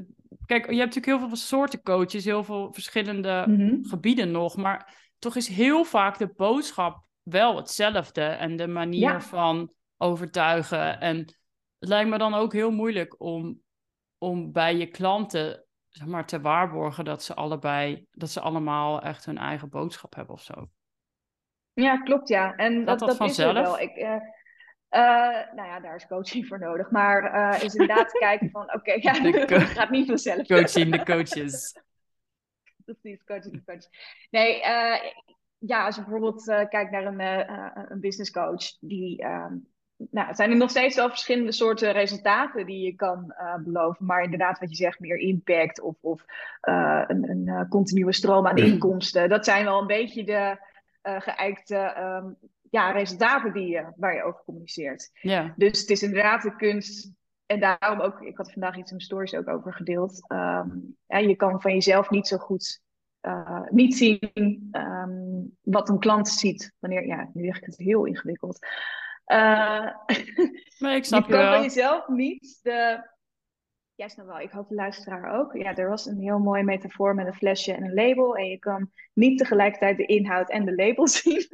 kijk, je hebt natuurlijk heel veel soorten coaches, heel veel verschillende Mhm. gebieden nog, maar toch is heel vaak de boodschap wel hetzelfde en de manier Ja, van overtuigen. En het lijkt me dan ook heel moeilijk om, om bij je klanten, zeg maar, te waarborgen dat ze allebei, dat ze allemaal echt hun eigen boodschap hebben of zo. ja, klopt ja. En Gaat dat, dat dat is er wel. vanzelf? Ik, eh, eh, nou ja, daar is coaching voor nodig. Maar eh, is inderdaad kijken van, oké, ja, De dat co- gaat niet vanzelf. coaching, de coaches. Precies, coaching de coach. Nee, eh, ja, als je bijvoorbeeld eh, kijkt naar een, eh, eh, een business coach, die, ehm, nou, het zijn er nog steeds wel verschillende soorten resultaten die je kan eh, beloven. Maar inderdaad, wat je zegt, meer impact of, of eh, een, een eh, continue stroom aan inkomsten. Dat zijn wel een beetje de uh, geëikte ehm, ja, resultaten die je, waar je over communiceert. Ja, Dus het is inderdaad de kunst. En daarom ook, ik had vandaag iets in mijn stories ook over gedeeld. Ehm, ja, je kan van jezelf niet zo goed uh, niet zien um, wat een klant ziet. Wanneer, ja, nu zeg ik het heel ingewikkeld. Uh, maar ik je snap je kan van wel. jezelf niet de. Ja, snap wel. Ik hoop de luisteraar ook. Ja, er was een heel mooie metafoor met een flesje en een label. En je kan niet tegelijkertijd de inhoud en de label zien.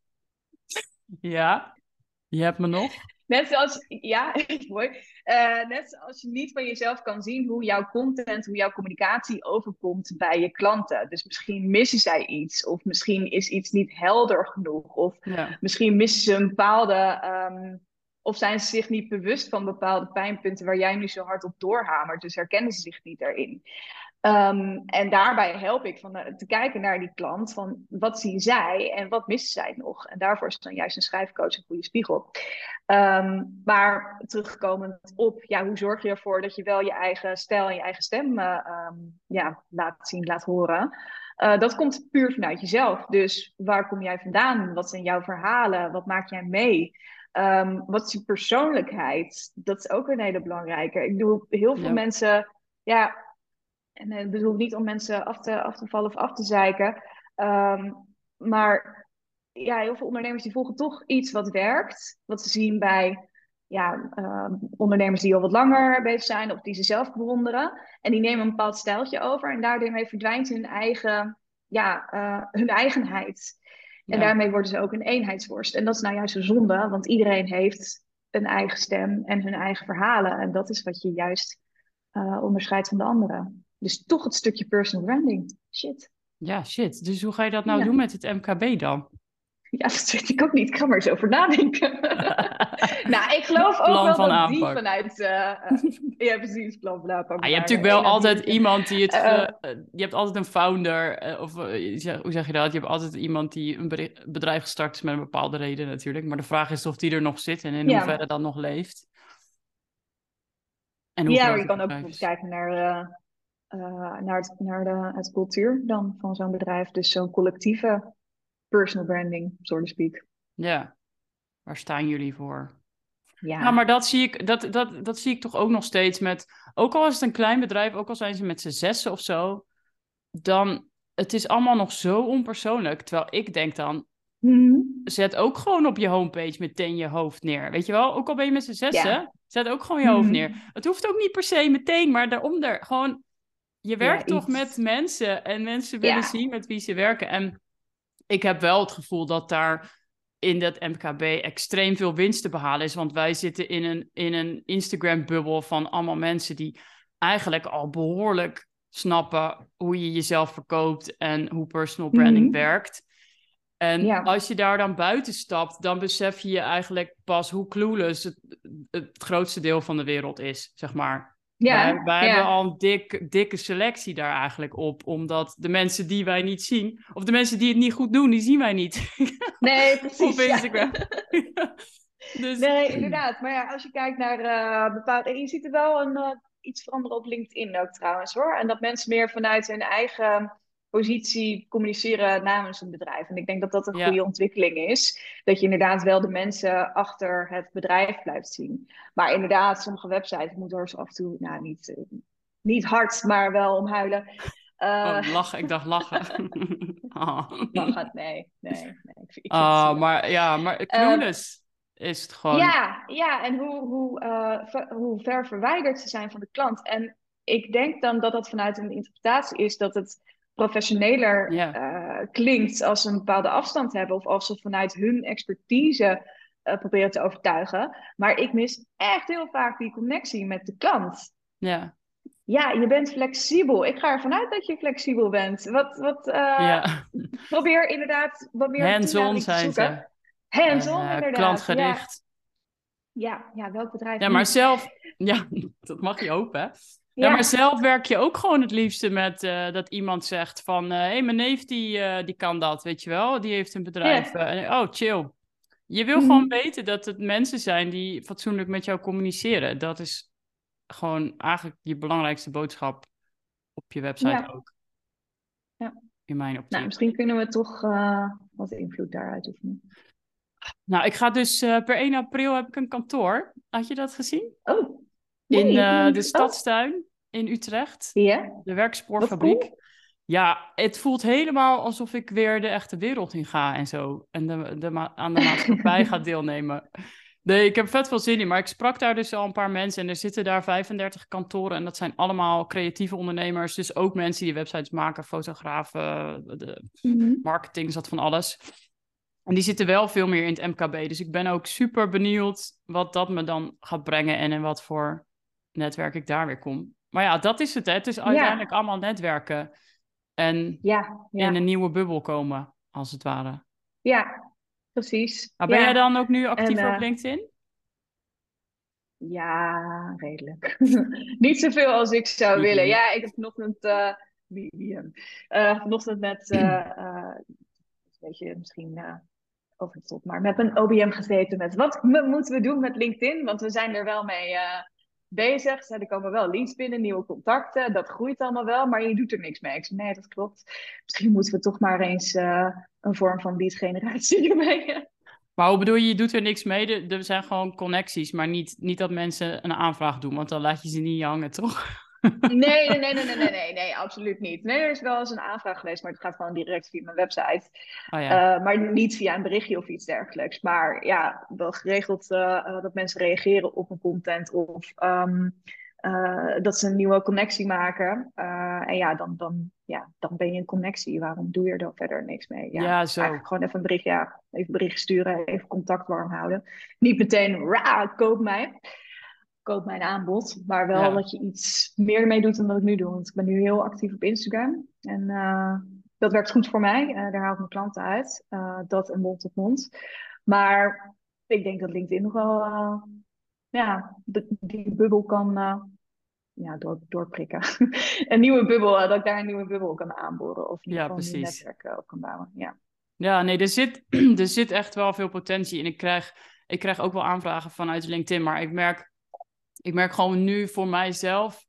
Ja, je hebt me nog. Net zoals, ja, mooi. Uh, net zoals je niet van jezelf kan zien hoe jouw content, hoe jouw communicatie overkomt bij je klanten. Dus misschien missen zij iets, of misschien is iets niet helder genoeg, of Ja, misschien missen ze een bepaalde, um, of zijn ze zich niet bewust van bepaalde pijnpunten waar jij nu zo hard op doorhamert. Dus herkennen ze zich niet daarin. Um, en daarbij help ik van uh, te kijken naar die klant, van wat zien zij en wat missen zij nog. En daarvoor is dan juist een schrijfcoach een goede spiegel. Um, maar terugkomend op, ja, hoe zorg je ervoor dat je wel je eigen stijl en je eigen stem uh, um, ja, laat zien, laat horen. Uh, dat komt puur vanuit jezelf. Dus waar kom jij vandaan? Wat zijn jouw verhalen? Wat maak jij mee? Um, wat is je persoonlijkheid? Dat is ook een hele belangrijke. Ik bedoel, heel veel ja, mensen, ja, en ik bedoel niet om mensen af te, af te vallen of af te zeiken. Um, maar ja, heel veel ondernemers die volgen toch iets wat werkt. Wat ze zien bij ja, uh, ondernemers die al wat langer bezig zijn of die ze zelf bewonderen. En die nemen een bepaald stijltje over en daarmee verdwijnt hun eigen, ja, uh, hun eigenheid. En ja, daarmee worden ze ook een eenheidsworst. En dat is nou juist een zonde, want iedereen heeft een eigen stem en hun eigen verhalen. En dat is wat je juist uh, onderscheidt van de anderen. Dus toch het stukje personal branding. Shit. ja, shit. Dus hoe ga je dat nou doen Ja. met het M K B dan? Ja, dat weet ik ook niet. Ik ga maar eens over nadenken. Nou, ik geloof ook Plan wel van dat die aanpak. vanuit... Uh, uh, ja, precies, plan van aanpak. Ah, je hebt Maar natuurlijk één wel na altijd drie. iemand die het... Uh, Ge, uh, je hebt altijd een founder, uh, of uh, zeg, hoe zeg je dat? Je hebt altijd iemand die een bedrijf gestart is met een bepaalde reden natuurlijk. Maar de vraag is of die er nog zit en in hoeverre ja. dat nog leeft. En hoe Ja, maar groot je het kan ook bedrijf bijvoorbeeld is. kijken naar, uh, uh, naar, het, naar de, het cultuur dan van zo'n bedrijf. Dus zo'n collectieve personal branding, so to speak. Ja, waar staan jullie voor? Ja, maar Ja. dat zie ik, dat, dat, dat zie ik toch ook nog steeds met... Ook al is het een klein bedrijf, ook al zijn ze met z'n zessen of zo... dan... Het is allemaal nog zo onpersoonlijk. Terwijl ik denk dan... Hmm. Zet ook gewoon op je homepage meteen je hoofd neer. Weet je wel? Ook al ben je met z'n Ja. zessen... Zet ook gewoon je hoofd neer. Hmm. Het hoeft ook niet per se meteen, maar daaronder... Gewoon... Je Ja, werkt toch met iets. mensen... en mensen willen Ja. zien met wie ze werken. En ik heb wel het gevoel dat daar in dat M K B extreem veel winst te behalen is. Want wij zitten in een, in een Instagram-bubbel van allemaal mensen die eigenlijk al behoorlijk snappen hoe je jezelf verkoopt en hoe personal branding Hmm. werkt. En Ja. als je daar dan buiten stapt, dan besef je je eigenlijk pas hoe clueless het, het grootste deel van de wereld is, zeg maar. Wij, Ja. wij hebben Ja. al een dik, dikke selectie daar eigenlijk op, omdat de mensen die wij niet zien, of de mensen die het niet goed doen, die zien wij niet Nee, op precies. Ja. Instagram. Dus Nee, inderdaad. Maar ja, als je kijkt naar uh, bepaalde... Je ziet er wel een, uh, iets veranderen op LinkedIn ook trouwens hoor. En dat mensen meer vanuit hun eigen positie communiceren namens een bedrijf. En ik denk dat dat een goede ja, ontwikkeling is. Dat je inderdaad wel de mensen achter het bedrijf blijft zien. Maar inderdaad, sommige websites moeten er zo af en toe... Nou, niet, uh, niet hard, maar wel om huilen. oh, Uh, lachen, ik dacht lachen. oh. mag het? Nee, nee, nee. Ik, ik vind het Oh, zielig. maar ja, maar Uh, clueless is het gewoon. Ja, ja, en hoe, hoe, uh, ver, hoe ver verwijderd ze zijn van de klant. En ik denk dan dat dat vanuit een interpretatie is dat het professioneler Ja, uh, klinkt als ze een bepaalde afstand hebben of als ze vanuit hun expertise uh, proberen te overtuigen. Maar ik mis echt heel vaak die connectie met de klant. ja, Ja, je bent flexibel. Ik ga ervan uit dat je flexibel bent. Wat, wat, uh, ja. probeer inderdaad wat meer Hands-on toenadering te zijn ze. zoeken. Hands-on Uh, inderdaad. Ja, klantgericht. ja, ja, welk bedrijf Ja, maar niet? zelf... Ja, dat mag je hopen, hè? Ja, maar Ja, zelf werk je ook gewoon het liefste met uh, dat iemand zegt van... Hé, hey, mijn neef die, uh, die kan dat, weet je wel? Die heeft een bedrijf. ja. Uh, oh, chill. Je wil gewoon Mhm. weten dat het mensen zijn die fatsoenlijk met jou communiceren. Dat is gewoon eigenlijk je belangrijkste boodschap op je website Ja, ook, ja. in mijn Nou, optiek. misschien kunnen we toch uh, wat invloed daaruit oefenen. Nou, ik ga dus uh, per één april heb ik een kantoor. Had je dat gezien? Oh, In nee, uh, de niet. Oh, Stadstuin in Utrecht. ja, De wat werkspoorfabriek. cool. Ja, het voelt helemaal alsof ik weer de echte wereld in ga en zo. En de, de ma- aan de maatschappij ga deelnemen. Nee, ik heb vet veel zin in. Maar ik sprak daar dus al een paar mensen. En er zitten daar vijfendertig kantoren. En dat zijn allemaal creatieve ondernemers. Dus ook mensen die websites maken, fotografen, de Mhm. marketing, zat van alles. En die zitten wel veel meer in het M K B. Dus ik ben ook super benieuwd wat dat me dan gaat brengen. En in wat voor netwerk ik daar weer kom. Maar ja, dat is het. Hè. Het is uiteindelijk Ja, allemaal netwerken. En ja, in een ja, nieuwe bubbel komen, als het ware. ja, precies. Maar ben jij Ja, dan ook nu en actiever op uh, LinkedIn? ja, redelijk. Niet zoveel als ik zou willen. Medium. Ja, ik heb vanochtend, uh, medium. Uh, vanochtend met, uh, uh, weet je, misschien uh, over de top, maar met een O B M gezeten met wat m- moeten we doen met LinkedIn? Want we zijn er wel mee uh, bezig. Er komen wel leads binnen, nieuwe contacten. Dat groeit allemaal wel, maar je doet er niks mee. Ik zei, nee, dat klopt. Misschien moeten we toch maar eens uh, een vorm van lead generatie ermee. Maar hoe bedoel je, je doet er niks mee? Er, er zijn gewoon connecties, maar niet, niet dat mensen een aanvraag doen, want dan laat je ze niet hangen, toch? Nee, nee, nee, nee, nee, nee, nee, nee, absoluut niet. Nee, er is wel eens een aanvraag geweest, maar het gaat gewoon direct via mijn website. Oh ja. Uh, maar niet via een berichtje of iets dergelijks. Maar ja, wel geregeld uh, dat mensen reageren op een content of um, uh, dat ze een nieuwe connectie maken. Uh, en ja dan, dan, ja, dan ben je een connectie. Waarom doe je er dan verder niks mee? Ja, Ja, zo. eigenlijk gewoon even een bericht, ja, even een bericht sturen, even contact warm houden. Niet meteen, ra, koop mij. Koop mijn aanbod, maar wel Ja. dat je iets meer mee doet dan dat ik nu doe. Want ik ben nu heel actief op Instagram en uh, dat werkt goed voor mij. Uh, daar haal ik mijn klanten uit. Uh, dat en mond tot mond. Maar ik denk dat LinkedIn nog wel, uh, ja, de, die bubbel kan uh, ja, door, doorprikken. Een nieuwe bubbel, uh, dat ik daar een nieuwe bubbel kan aanboren. Of in ieder Ja, geval een nieuw precies. netwerk uh, op kan bouwen. Ja. Ja, nee, er zit, er zit echt wel veel potentie in. Ik krijg, ik krijg ook wel aanvragen vanuit LinkedIn, maar ik merk, ik merk gewoon nu voor mijzelf.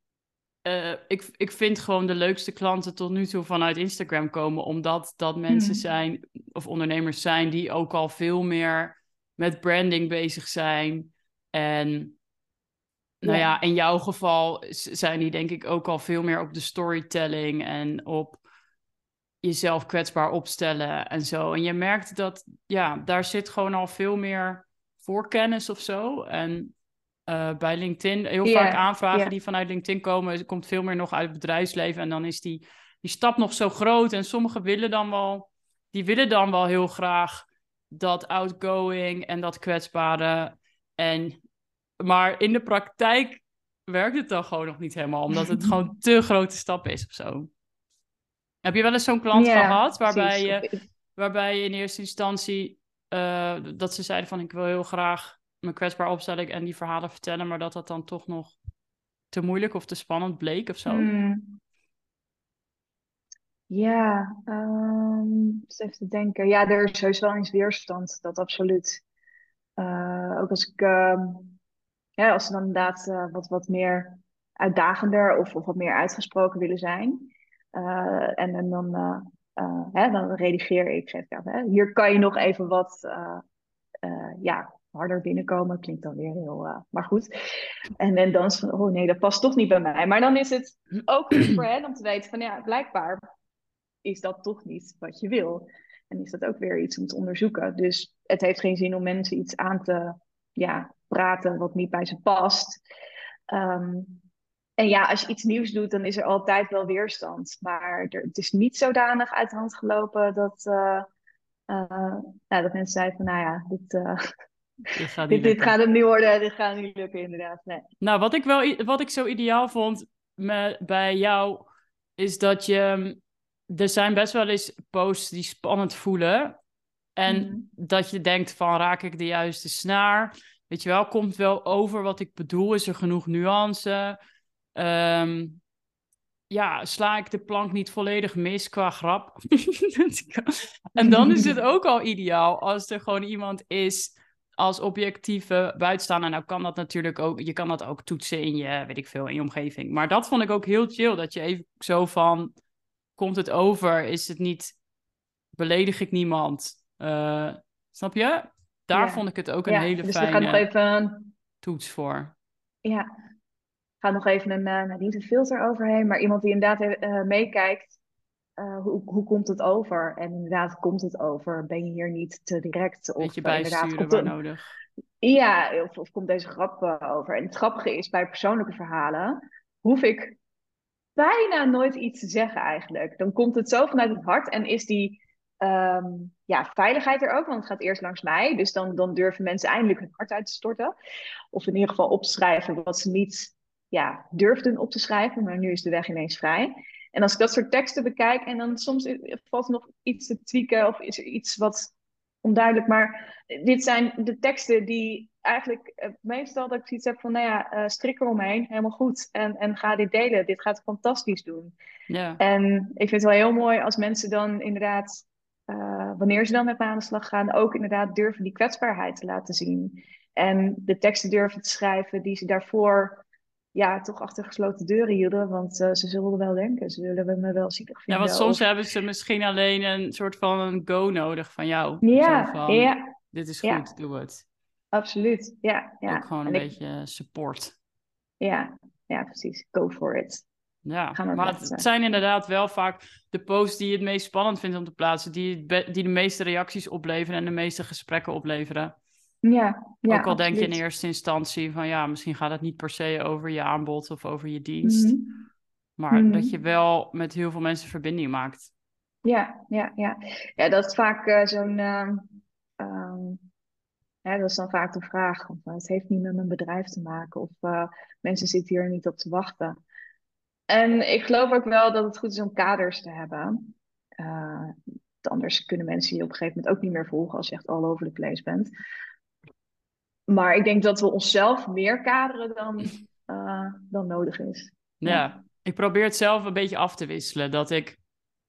Uh, ik, ik vind gewoon de leukste klanten tot nu toe vanuit Instagram komen, omdat dat mensen Hmm. zijn of ondernemers zijn die ook al veel meer met branding bezig zijn. En nou Ja. ja, in jouw geval zijn die denk ik ook al veel meer op de storytelling en op jezelf kwetsbaar opstellen en zo. En je merkt dat, ja, daar zit gewoon al veel meer voorkennis of zo. En uh, bij LinkedIn, heel vaak Ja. aanvragen Ja. die vanuit LinkedIn komen, er komt veel meer nog uit het bedrijfsleven. En dan is die, die stap nog zo groot. En sommigen willen dan wel, die willen dan wel heel graag dat outgoing en dat kwetsbare. En, maar in de praktijk werkt het dan gewoon nog niet helemaal, omdat het gewoon te grote stap is of zo. Heb je wel eens zo'n klant Ja, gehad waarbij precies. Of, je, waarbij je in eerste instantie uh, dat ze zeiden van ik wil heel graag me kwetsbaar opstellen en die verhalen vertellen, maar dat dat dan toch nog te moeilijk of te spannend bleek of zo? hmm. Ja, um, even te denken. Ja, er is sowieso wel eens weerstand, dat absoluut. Uh, ook als ik, uh, ja, als ze dan inderdaad uh, wat, wat meer uitdagender of, of wat meer uitgesproken willen zijn. Uh, en, en dan, uh, uh, hè, dan redigeer ik, zeg ik aan, hè, hier kan je nog even wat uh, uh, ja, harder binnenkomen. Klinkt dan weer heel, uh, maar goed. En, en dan is van, oh nee, dat past toch niet bij mij. Maar dan is het ook goed voor hen om te weten van, ja, blijkbaar is dat toch niet wat je wil. En is dat ook weer iets om te onderzoeken. Dus het heeft geen zin om mensen iets aan te ja, praten wat niet bij ze past. Um, En ja, als je iets nieuws doet, dan is er altijd wel weerstand. Maar er, het is niet zodanig uit de hand gelopen dat, uh, uh, nou, dat mensen zeiden van, nou ja, dit, uh, Dit gaat niet dit, dit lukken. gaat hem niet worden, dit gaat niet lukken inderdaad. Nee. Nou, wat ik wel, i- wat ik zo ideaal vond me, bij jou, is dat je, er zijn best wel eens posts die spannend voelen. En Mhm. dat je denkt van, raak ik de juiste snaar? Weet je wel, komt wel over wat ik bedoel? Is er genoeg nuance? Ehm, ja, sla ik de plank niet volledig mis qua grap? En dan is het ook al ideaal als er gewoon iemand is als objectieve buitenstaander. Nou kan dat natuurlijk ook, je kan dat ook toetsen in je, weet ik veel, in je omgeving. Maar dat vond ik ook heel chill, dat je even zo van, komt het over? Is het niet, beledig ik niemand? Uh, snap je? Daar Ja, vond ik het ook een ja, hele dus er gaat nog fijne even, toets voor. ja, gaat nog even een, uh, nou, niet een filter overheen, maar iemand die inderdaad uh, meekijkt. Uh, hoe, hoe komt het over? En inderdaad, komt het over? Ben je hier niet te direct? Of Beetje uh, inderdaad, bijsturen komt waar er, nodig. ja, of, of komt deze grap uh, over? En het grappige is, bij persoonlijke verhalen hoef ik bijna nooit iets te zeggen eigenlijk. Dan komt het zo vanuit het hart en is die um, ja, veiligheid er ook, want het gaat eerst langs mij. Dus dan, dan durven mensen eindelijk hun hart uit te storten. Of in ieder geval op te schrijven wat ze niet ja, durfden op te schrijven, maar nu is de weg ineens vrij. En als ik dat soort teksten bekijk en dan soms valt er nog iets te tweaken of is er iets wat onduidelijk. Maar dit zijn de teksten die eigenlijk uh, meestal dat ik zoiets heb van, nou ja, uh, strik eromheen, helemaal goed. En, en ga dit delen. Dit gaat fantastisch doen. Ja. En ik vind het wel heel mooi als mensen dan inderdaad, uh, wanneer ze dan met me aan de slag gaan, ook inderdaad durven die kwetsbaarheid te laten zien. En de teksten durven te schrijven die ze daarvoor ja, toch achter gesloten deuren hielden. Want uh, ze zullen wel denken, ze zullen me wel zielig Ja, want vinden. soms Of hebben ze misschien alleen een soort van een go nodig van jou. Zo ja, van, ja, dit is ja, goed, doe het. absoluut. Ja, Ook ja. gewoon een En ik, beetje support. ja, ja, precies. Go for it. Ja, Ga maar maar het plaatsen. zijn inderdaad wel vaak de posts die je het meest spannend vindt om te plaatsen, die, het be- die de meeste reacties opleveren en de meeste gesprekken opleveren. Ja, ja, Ook al denk je in absoluut. eerste instantie van ja, misschien gaat het niet per se over je aanbod of over je dienst, Mhm. maar dat je Mhm. wel met heel veel mensen verbinding maakt. Ja, ja, ja. Ja, dat is vaak eh, zo'n. ehm, ehm, hè, dat is dan vaak de vraag. Of, eh, het heeft niet met mijn bedrijf te maken. Of eh, mensen zitten hier niet op te wachten. En ik geloof ook wel dat het goed is om kaders te hebben. Eh, want anders kunnen mensen je op een gegeven moment ook niet meer volgen als je echt all over the place bent. Maar ik denk dat we onszelf meer kaderen dan, eh, dan nodig is. Ja. Ja, ik probeer het zelf een beetje af te wisselen. Dat ik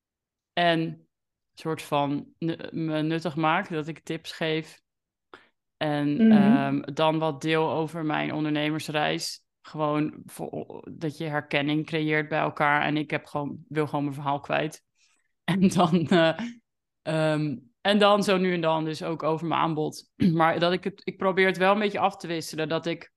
en soort van nu- me nuttig maak, dat ik tips geef. En Mhm. ehm, dan wat deel over mijn ondernemersreis. Gewoon voor, dat je herkenning creëert bij elkaar. En ik heb gewoon, wil gewoon mijn verhaal kwijt. En dan, eh, ehm, en dan zo nu en dan dus ook over mijn aanbod. Maar dat ik het, ik probeer het wel een beetje af te wisselen. Dat ik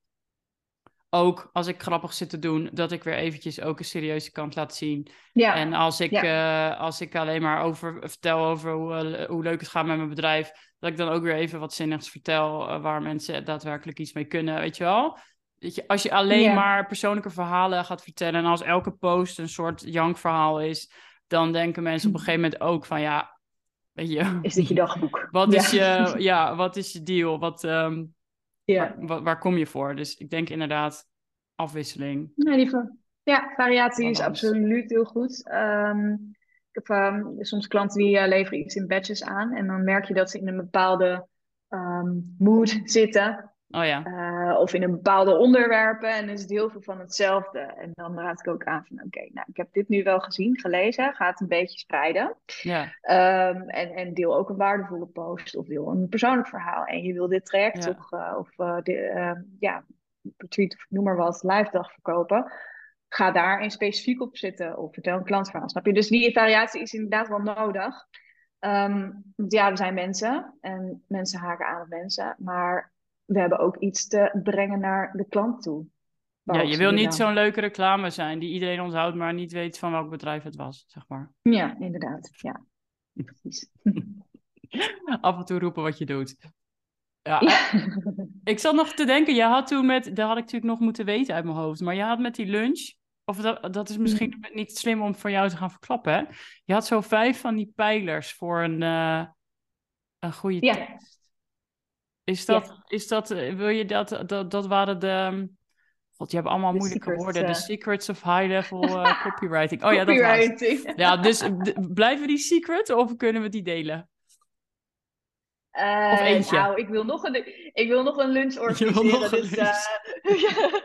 ook als ik grappig zit te doen, dat ik weer eventjes ook een serieuze kant laat zien. En Ja, als ik, ja, uh, als ik alleen maar over, vertel over hoe, uh, hoe leuk het gaat met mijn bedrijf, dat ik dan ook weer even wat zinnigs vertel uh, waar mensen daadwerkelijk iets mee kunnen, weet je wel? Weet je, als je alleen ja. maar persoonlijke verhalen gaat vertellen en als elke post een soort jankverhaal is, dan denken mensen op een gegeven moment ook van ja, weet je, Is dit je dagboek? wat is Ja, je, ja, wat is je deal? Wat, um, waar, ja. waar, waar kom je voor? Dus ik denk inderdaad afwisseling, Nee, die va- ja, variatie is balans. absoluut heel goed. Ehm, ik heb ehm, soms klanten die eh, leveren iets in batches aan. En dan merk je dat ze in een bepaalde ehm, mood zitten. Oh ja, eh, of in een bepaalde onderwerpen. En dan is het heel veel van hetzelfde. En dan raad ik ook aan van oké, nou, ik heb dit nu wel gezien, gelezen. Ga het een beetje spreiden. ja, Ehm, en, en deel ook een waardevolle post of deel een persoonlijk verhaal. En je wil dit traject ja, toch, uh, of uh, de, uh, ja, retreat of noem maar wat, live dag verkopen. Ga daar een specifiek op zitten of vertel een klantverhaal. Snap je? Dus die variatie is inderdaad wel nodig. Um, want ja, we zijn mensen en mensen haken aan op mensen. Maar we hebben ook iets te brengen naar de klant toe. ja. Waarop Je ze wil niet zo'n willen. leuke reclame zijn die iedereen onthoudt, maar niet weet van welk bedrijf het was, zeg maar. Ja, inderdaad. Ja, precies. Af en toe roepen wat je doet. Ja, Ja. eh, ik zat nog te denken, je had toen met, dat had ik natuurlijk nog moeten weten uit mijn hoofd, maar je had met die lunch, of dat, dat is misschien niet slim om voor jou te gaan verklappen, hè? Je had zo vijf van die pijlers voor een, uh, een goede Ja. tekst. Is Ja. dat, is dat, wil je dat, dat, dat waren de, god, je hebt allemaal De moeilijke secrets, woorden, de uh... secrets of high-level uh, copywriting. Oh ja, dat was Copywriting. Ja, dus d- blijven die secret of kunnen we die delen? Uh, Of eentje? Nou, ik wil nog een, ik wil nog een lunch organiseren. Je wil nog een dus, lunch. Uh,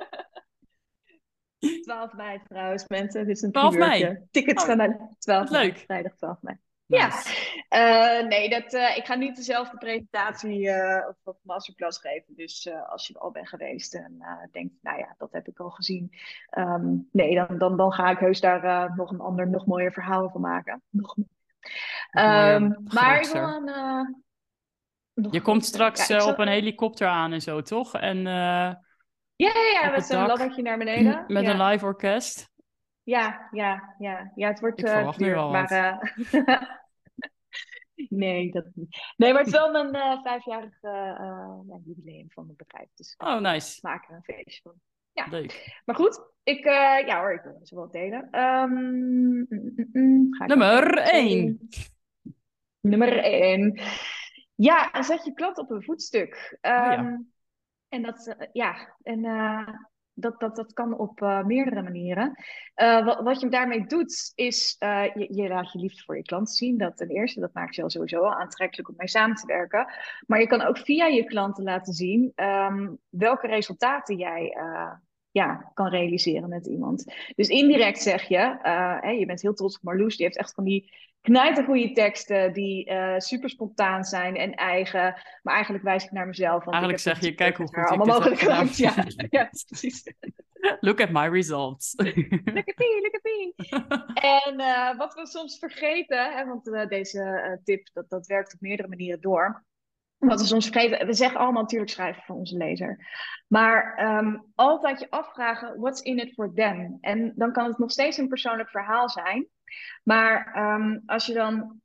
twaalf mei trouwens, mensen. Dit is een twaalf primeurtje. mei? Tickets Oh, gaan naar twaalf mei. leuk. Vrijdag twaalf mei. Nice. Ja, uh, nee, dat, uh, ik ga niet dezelfde presentatie uh, of, of masterclass geven. Dus uh, als je er al bent geweest en uh, denkt, nou ja, dat heb ik al gezien. Um, nee, dan, dan, dan ga ik heus daar uh, nog een ander, nog mooier verhaal van maken. Nog, nog mooier, um, maar ik wil grootser. een... Uh, je komt grootser. straks ja, uh, zal... op een helikopter aan en zo, toch? En, uh, ja, ja, ja, met zo'n laddertje naar beneden. Met ja. een live orkest. Ja, ja, ja. Ja, het wordt ik uh, verwacht duur, nu al maar... wat. Uh... nee, dat niet. Nee, maar het is wel mijn uh, vijfjarig uh, uh, jubileum van het bedrijf. Dus oh, nice. We maken er een feestje van. Ja. Leuk. Maar goed, ik, uh, ja hoor, ik wil ze wel delen. Um, mm, mm, mm, ga ik Nummer één. Nummer één. Ja, zet je klant op een voetstuk. Um, oh ja. En dat, uh, ja, en uh, dat, dat, dat kan op uh, meerdere manieren. Uh, wat, wat je daarmee doet, is uh, je, je laat je liefde voor je klant zien. Dat ten eerste, dat maakt je al sowieso al aantrekkelijk om mee samen te werken. Maar je kan ook via je klanten laten zien um, welke resultaten jij uh, ja, kan realiseren met iemand. Dus indirect zeg je, uh, hè, je bent heel trots op Marloes, die heeft echt van die knijtergoeie teksten die uh, super spontaan zijn en eigen. Maar eigenlijk wijs ik naar mezelf. Want eigenlijk ik heb zeg je, kijk hoe goed ik allemaal mogelijk gemaakt. Ja, ja, precies. Look at my results. Look at me, look at me. En uh, wat we soms vergeten, hè, want uh, deze uh, tip, dat, dat werkt op meerdere manieren door. Wat we soms vergeten, we zeggen allemaal natuurlijk schrijven voor onze lezer. Maar um, altijd je afvragen, what's in it for them? En dan kan het nog steeds een persoonlijk verhaal zijn. Maar um, als je dan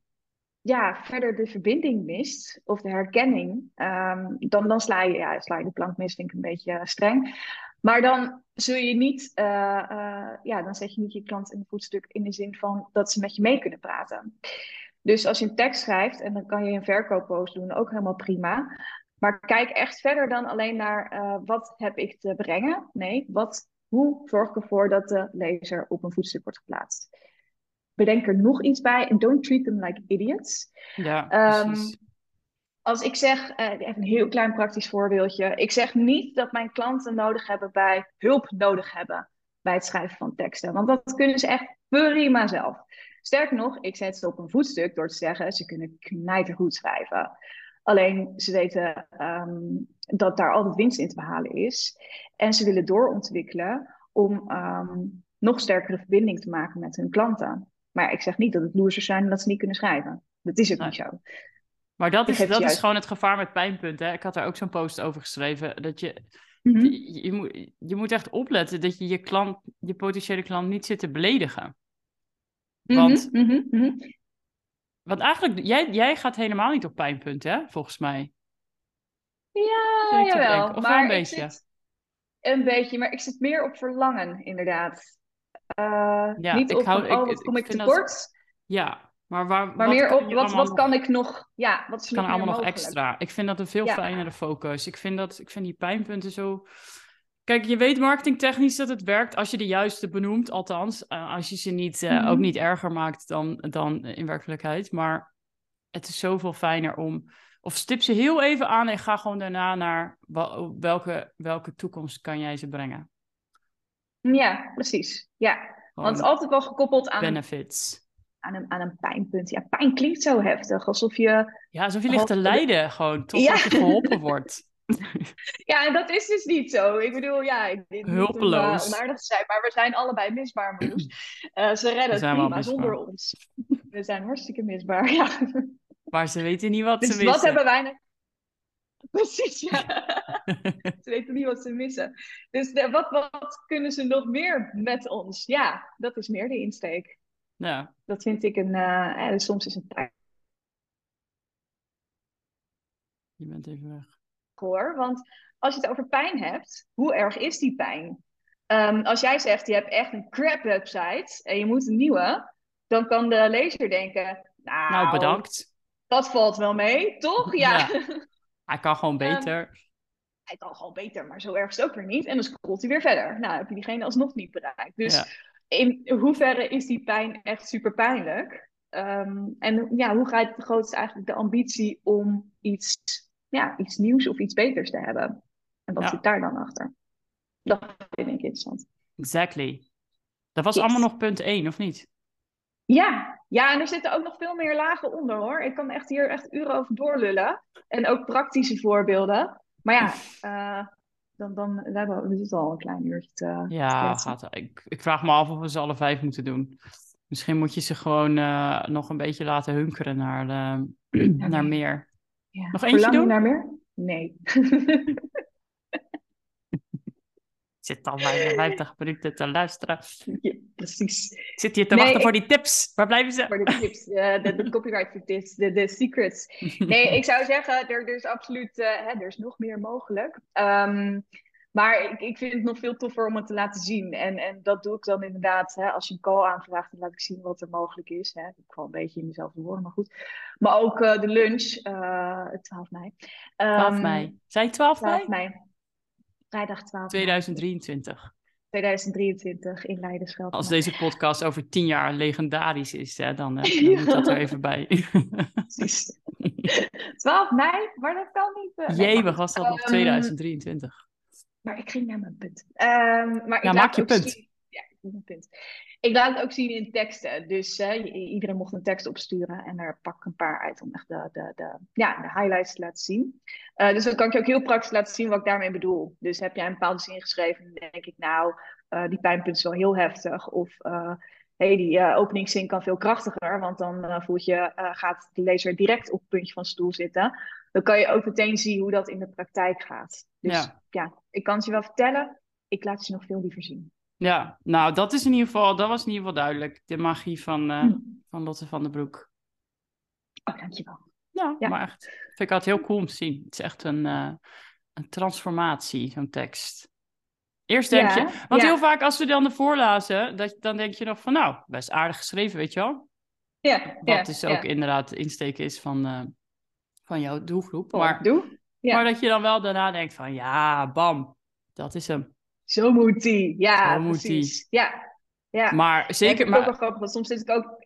ja, verder de verbinding mist, of de herkenning, um, dan, dan sla, je, ja, sla je de plank mis, vind ik een beetje streng. Maar dan zul je niet, uh, uh, ja, dan zet je niet je klant in een voetstuk in de zin van dat ze met je mee kunnen praten. Dus als je een tekst schrijft, en dan kan je een verkooppost doen, ook helemaal prima. Maar kijk echt verder dan alleen naar uh, wat heb ik te brengen. Nee, wat, hoe zorg ik ervoor dat de lezer op een voetstuk wordt geplaatst. Bedenk er nog iets bij en don't treat them like idiots. Ja, precies. Um, als ik zeg, uh, even een heel klein praktisch voorbeeldje. Ik zeg niet dat mijn klanten nodig hebben bij hulp nodig hebben bij het schrijven van teksten. Want dat kunnen ze echt prima zelf. Sterker nog, ik zet ze op een voetstuk door te zeggen, ze kunnen knijtergoed schrijven. Alleen ze weten um, dat daar altijd winst in te behalen is. En ze willen doorontwikkelen om um, nog sterkere verbinding te maken met hun klanten. Maar ik zeg niet dat het loersers zijn en dat ze niet kunnen schrijven. Dat is ook nee. niet zo. Maar dat is, dat juist... is gewoon het gevaar met pijnpunten. Hè? Ik had daar ook zo'n post over geschreven. Dat je, mm-hmm. je, je, moet, je moet echt opletten dat je je klant, je potentiële klant niet zit te beledigen. Want, mm-hmm, mm-hmm. want eigenlijk, jij, jij gaat helemaal niet op pijnpunten, hè? Volgens mij. Ja, jawel. Of maar wel een beetje? Zit, een beetje, maar ik zit meer op verlangen, inderdaad. Uh, ja, niet ik op hou, van, oh, ik, wat ik, kom ik, ik tekort. Dat, ja, maar, waar, maar wat meer kan op, wat, wat nog, kan ik nog, ja, wat is kan nog allemaal meer nog mogelijk? extra. Ik vind dat een veel ja. fijnere focus. Ik vind, dat, ik vind die pijnpunten zo... Kijk, je weet marketingtechnisch dat het werkt als je de juiste benoemt, althans. Uh, als je ze niet, uh, mm-hmm. ook niet erger maakt dan, dan in werkelijkheid. Maar het is zoveel fijner om... Of stip ze heel even aan en ga gewoon daarna naar welke, welke toekomst kan jij ze brengen. Ja, precies. Ja, gewoon want het is altijd wel gekoppeld aan... benefits. Aan een, aan een pijnpunt. Ja, pijn klinkt zo heftig, alsof je... Ja, alsof je ligt te lijden, gewoon, totdat ja. je geholpen wordt. Ja, en dat is dus niet zo. Ik bedoel, ja, ik denk niet om uh, onaardig te zijn, maar we zijn allebei misbaar, Marloes. Uh, ze redden het prima zonder ons. We zijn hartstikke misbaar, ja. Maar ze weten niet wat dus ze missen. Wat hebben wij... Ne- Precies, ja. Ze weten niet wat ze missen. Dus de, wat, wat kunnen ze nog meer met ons? Ja, dat is meer de insteek. Ja. Dat vind ik een... Uh, eh, soms is een pijn. Je bent even weg. Hoor, want als je het over pijn hebt, hoe erg is die pijn? Um, als jij zegt, je hebt echt een crap website en je moet een nieuwe, dan kan de lezer denken, Nou, nou, bedankt. dat valt wel mee, toch? Ja. Ja, hij kan gewoon um, beter. hij kan gewoon beter, maar zo erg is het ook weer niet. En dan scrolt hij weer verder. Nou, heb je diegene alsnog niet bereikt. Ja, Dus in hoeverre is die pijn echt super pijnlijk? Um, en ja, hoe gaat het groot is eigenlijk de ambitie om iets, ja, iets nieuws of iets beters te hebben? En wat zit ja, daar dan achter? Dat vind ik interessant. exactly. Dat was allemaal Yes. nog punt één, of niet? Ja, ja, en er zitten ook nog veel meer lagen onder hoor. Ik kan echt hier echt uren over doorlullen. En ook praktische voorbeelden. Maar ja, uh, dan, dan we hebben we zitten al een klein uurtje te, te Ja, kletsen. gaat, ik, ik vraag me af of we ze alle vijf moeten doen. Misschien moet je ze gewoon uh, nog een beetje laten hunkeren naar, uh, Naar naar meer. meer. Ja. Nog eentje Verlang je doen? naar meer? Nee. Ik zit al bijna vijftig minuten te luisteren. Ja, precies. Ik zit hier te Nee, wachten voor ik, die tips. Waar blijven ze? voor de tips, uh, de, de copyright tips, de, de secrets. Nee, ik zou zeggen, er, er is absoluut, uh, hè, er is nog meer mogelijk. Um, maar ik, ik vind het nog veel toffer om het te laten zien. En, en dat doe ik dan inderdaad, hè, als je een call aanvraagt, dan laat ik zien wat er mogelijk is. Hè. Ik val een beetje in mezelf te horen, maar goed. Maar ook uh, de lunch, uh, twaalf mei. twaalf Um, mei. Zijn twaalf twaalf mei? mei, vrijdag twaalf mei tweeduizend drieëntwintig. tweeduizend drieëntwintig in Als Leiden-Schelpen. deze podcast over tien jaar legendarisch is, hè, dan, uh, dan Ja, moet dat er even bij. precies. twaalf mei, maar dat kan niet. Uh, nee, maar Jee, goed. was dat nog Um, tweeduizend drieëntwintig? maar ik ging naar mijn punt. Um, maar Ja, ik maak laat je het ook punt. zien. Ja, ik doe mijn punt. Ik laat het ook zien in teksten. Dus uh, iedereen mocht een tekst opsturen. En daar pak ik een paar uit om echt de, de, de, ja, de highlights te laten zien. Uh, dus dan kan ik je ook heel praktisch laten zien wat ik daarmee bedoel. Dus heb jij een bepaalde zin geschreven, dan denk ik, nou, uh, die pijnpunt is wel heel heftig. Of uh, hey, die uh, openingszin kan veel krachtiger. Want dan uh, voelt je, uh, gaat de lezer direct op het puntje van de stoel zitten. Dan kan je ook meteen zien hoe dat in de praktijk gaat. Dus Ja. ja, ik kan het je wel vertellen. Ik laat het je nog veel liever zien. Ja, nou, dat is in ieder geval, dat was in ieder geval duidelijk. De magie van, uh, Hm. van Lotte van den Broek. Oh, dankjewel. Ja, Ja. maar echt, vind ik altijd heel cool om te zien. Het is echt een, uh, een transformatie, zo'n tekst. Eerst denk Ja, je, want ja. heel vaak als we dan de voorlazen, dat, dan denk je nog van, nou, best aardig geschreven, weet je wel? Ja, Wat ja, dus ja. ook inderdaad de insteek is van, uh, van jouw doelgroep. Wat ik Maar, doe. Ja. maar dat je dan wel daarna denkt van, ja, bam, dat is hem. Zo moet die. Ja, Zo moet precies. die. Ja, ja. Maar Ja, zeker, vind ik ook wel maar grappig, want soms zit ik ook...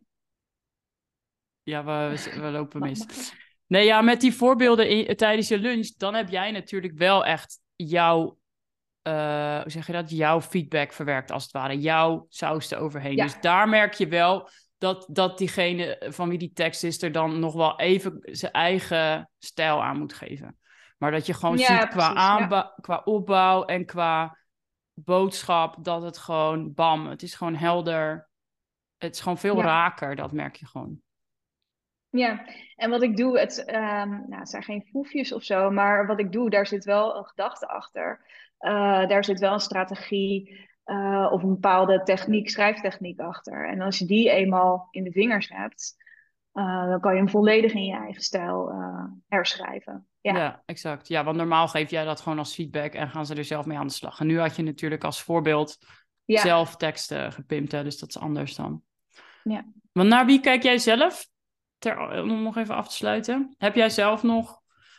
ja, we, we lopen Mag, mis. mag. Nee, ja, met die voorbeelden in, tijdens je lunch, dan heb jij natuurlijk wel echt jouw, uh, hoe zeg je dat, jouw feedback verwerkt als het ware, jouw saus eroverheen. Ja. Dus daar merk je wel dat, dat diegene van wie die tekst is er dan nog wel even zijn eigen stijl aan moet geven. Maar dat je gewoon Ja, ziet qua, precies. aanbouw, Ja. qua opbouw en qua boodschap, dat het gewoon, bam, het is gewoon helder. Het is gewoon veel Ja. raker, dat merk je gewoon. Ja, en wat ik doe, het, um, nou, het zijn geen foefjes of zo, maar wat ik doe, daar zit wel een gedachte achter. Uh, daar zit wel een strategie uh, of een bepaalde techniek, schrijftechniek achter. En als je die eenmaal in de vingers hebt, uh, dan kan je hem volledig in je eigen stijl uh, herschrijven. Ja. Ja, exact. Ja, want normaal geef jij dat gewoon als feedback en gaan ze er zelf mee aan de slag. En nu had je natuurlijk als voorbeeld Ja. zelf teksten gepimpt, hè, dus dat is anders dan. Ja. Want naar wie kijk jij zelf? Ter, om nog even af te sluiten. Heb jij zelf nog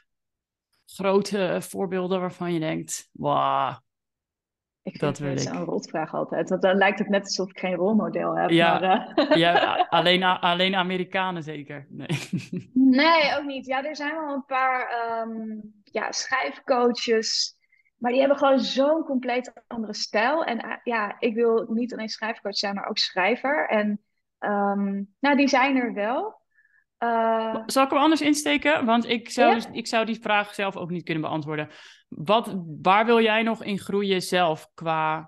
grote voorbeelden waarvan je denkt, wauw, Ik dat vind wil het ik. zo'n rotvraag altijd. Want dan lijkt het net alsof ik geen rolmodel heb. Ja, maar, uh... ja alleen, alleen Amerikanen zeker. Nee. nee, ook niet. Ja, er zijn wel een paar um, ja, schrijfcoaches. Maar die hebben gewoon zo'n compleet andere stijl. En uh, ja, ik wil niet alleen schrijfcoach zijn, maar ook schrijver. En um, nou, die zijn er wel. Uh, Zal ik hem anders insteken? Want ik zou, ja? dus, ik zou die vraag zelf ook niet kunnen beantwoorden. Wat, waar wil jij nog in groeien zelf qua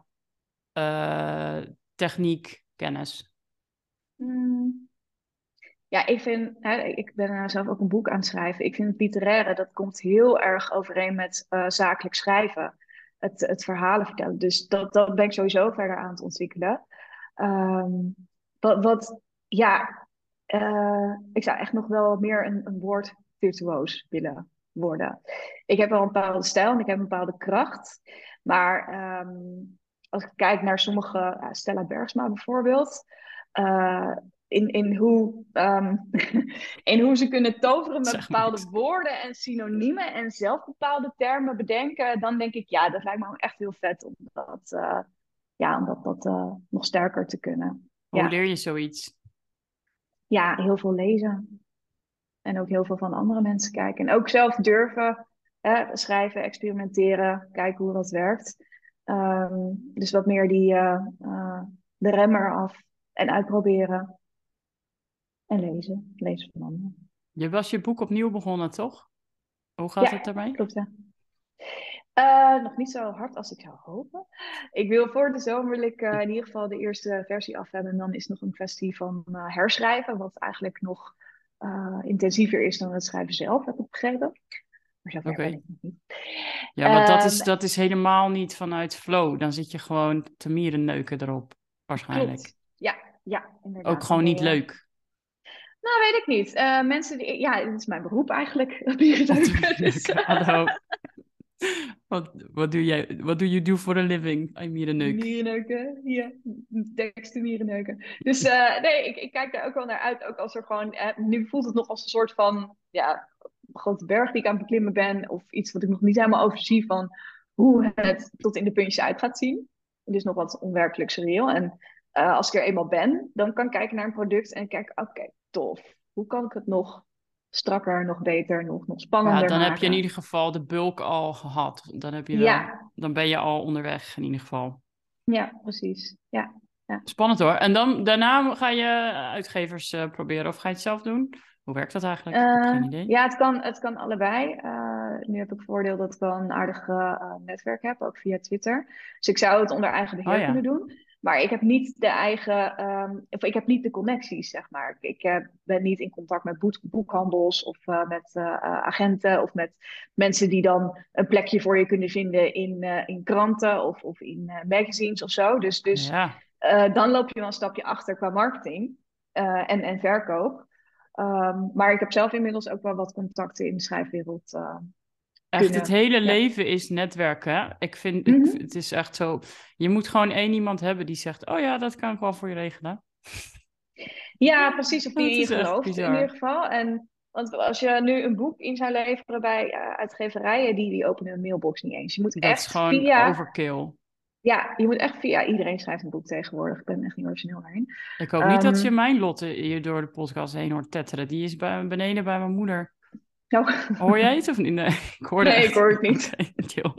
uh, techniek, kennis? Hmm. Ja, ik vind, hè, ik ben uh, zelf ook een boek aan het schrijven. Ik vind het literaire, dat komt heel erg overeen met uh, zakelijk schrijven. Het, het verhalen vertellen. Dus dat, dat ben ik sowieso verder aan het ontwikkelen. Um, wat, wat, ja, uh, ik zou echt nog wel meer een, een woordvirtuoos willen worden. Ik heb wel een bepaalde stijl en ik heb een bepaalde kracht. Maar um, als ik kijk naar sommige, uh, Stella Bergsma bijvoorbeeld, uh, in, in, hoe, um, in hoe ze kunnen toveren met Zeg maar bepaalde niks. woorden en synoniemen en zelf bepaalde termen bedenken, dan denk ik, ja, dat lijkt me echt heel vet om dat, uh, ja, om dat, dat uh, nog sterker te kunnen. Hoe Ja. leer je zoiets? Ja, heel veel lezen. En ook heel veel van andere mensen kijken. En ook zelf durven hè, schrijven, experimenteren, kijken hoe dat werkt. Um, dus wat meer die, uh, uh, de remmer af en uitproberen. En lezen. Lezen van anderen. Je was je boek opnieuw begonnen, toch? Hoe gaat het Ja, daarmee? klopt ja. Uh, nog niet zo hard als ik zou hopen. Ik wil voor de zomer wil ik uh, in ieder geval de eerste versie af hebben. En dan is het nog een kwestie van uh, herschrijven. Wat eigenlijk nog uh, intensiever is dan het schrijven zelf, heb ik begrepen. Maar zover Oké. ben ik nog niet. Ja, want dat is, Um, dat is helemaal niet vanuit flow. Dan zit je gewoon te mierenneuken erop, waarschijnlijk. klopt. Ja, ja, Ook inderdaad. Dan gewoon ben niet je... leuk. Nou, weet ik niet. Uh, mensen die... Ja, het is mijn beroep eigenlijk. Mierenneuken, Dus, hallo. Wat, wat doe jij? Wat doe je do for a living? I mierenneuk. mierenneuken, ja. Teksten mierenneuken. Dus uh, nee, ik, ik kijk daar ook wel naar uit. Ook als er gewoon... Uh, nu voelt het nog als een soort van... Ja, grote berg die ik aan het beklimmen ben. Of iets wat ik nog niet helemaal overzie van... Hoe het tot in de puntjes uit gaat zien. Dus nog wat onwerkelijk surreal. En uh, als ik er eenmaal ben, dan kan ik kijken naar een product en kijken, oké, okay, tof. Hoe kan ik het nog strakker, nog beter, nog, nog Ja, spannender dan heb je in ieder maken? geval de bulk al gehad. Dan heb je wel, Ja, dan ben je al onderweg in ieder geval. ja, precies. Ja, ja. Spannend hoor. En dan daarna ga je uitgevers uh, proberen of ga je het zelf doen? Hoe werkt dat eigenlijk? Ik heb Uh, geen idee. ja, het kan, het kan allebei. Uh, nu heb ik het voordeel dat ik wel een aardig uh, netwerk heb, ook via Twitter. Dus ik zou het onder eigen Oh beheer kunnen ja. doen. Maar ik heb niet de eigen, um, of ik heb niet de connecties, zeg maar. Ik uh, ben niet in contact met boek, boekhandels of uh, met uh, agenten of met mensen die dan een plekje voor je kunnen vinden in, uh, in kranten of, of in uh, magazines of zo. Dus, dus Ja. uh, dan loop je wel een stapje achter qua marketing uh, en, en verkoop. Um, maar ik heb zelf inmiddels ook wel wat contacten in de schrijfwereld uh, Echt, het kunnen. hele Ja. leven is netwerken. Hè? Ik vind, ik, Mm-hmm. het is echt zo. Je moet gewoon één iemand hebben die zegt: oh ja, dat kan ik wel voor je regelen. Ja, precies. Of die Dat in je is echt gelooft in ieder bizar. geval. En want als je nu een boek in zou leveren bij uh, uitgeverijen, die, die openen hun mailbox niet eens. Je moet Dat is echt gewoon via. overkill. Ja, je moet echt via. Iedereen schrijft een boek tegenwoordig. Ik ben echt niet origineel daarin. Ik hoop niet dat je Um, mijn Lotte hier door de podcast heen hoort tetteren. Die is bij, beneden bij mijn moeder. nou, Hoor jij het of niet? Nee, ik hoorde nee, ik echt. hoor het Oké, niet. chill.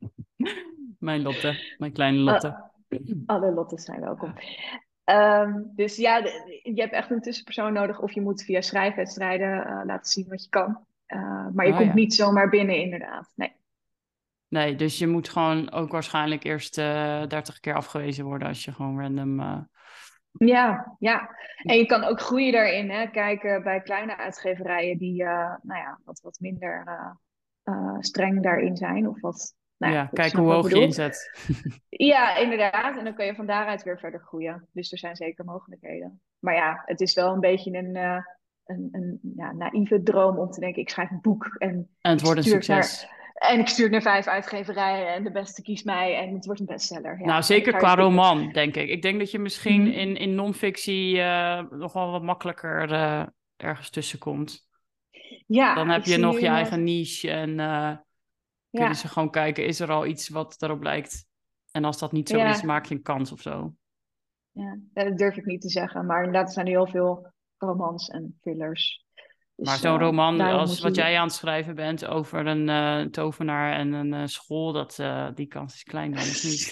Mijn Lotte, mijn kleine Uh, Lotte. alle lottes zijn welkom. Ja. Um, dus ja, de, je hebt echt een tussenpersoon nodig of je moet via schrijfwedstrijden uh, laten zien wat je kan. Uh, maar je Oh komt ja. niet zomaar binnen, inderdaad. Nee. Nee, dus je moet gewoon ook waarschijnlijk eerst uh, dertig keer afgewezen worden als je gewoon random. Uh... Ja, ja. En je kan ook groeien daarin. Hè? Kijken bij kleine uitgeverijen die uh, nou ja, wat, wat minder uh, uh, streng daarin zijn. Of wat, nou ja, Ja, goed, kijken snap hoe wat ik hoog je bedoel. inzet. Ja, inderdaad. En dan kun je van daaruit weer verder groeien. Dus er zijn zeker mogelijkheden. Maar ja, het is wel een beetje een, uh, een, een ja, naïeve droom om te denken, ik schrijf een boek en En het ik wordt een stuur het succes. naar, en ik stuur het naar vijf uitgeverijen en de beste kiest mij en het wordt een bestseller. Nou, Ja, nee, ik zeker ga je qua flikken. roman, denk ik. Ik denk dat je misschien Mm-hmm. in, in non-fictie uh, nog wel wat makkelijker uh, ergens tussen komt. Dan Ja, heb ik je zie nog nu je inderdaad. eigen niche en uh, kunnen ze Ja, gewoon kijken, is er al iets wat daarop lijkt? En als dat niet zo is, ja, maak je een kans of zo. ja, dat durf ik niet te zeggen. Maar inderdaad, er zijn nu heel veel romans en thrillers. Maar Dus zo'n uh, roman daarom als moet wat jij je. aan het schrijven bent over een uh, tovenaar en een uh, school, dat, uh, die kans is klein dan, of niet?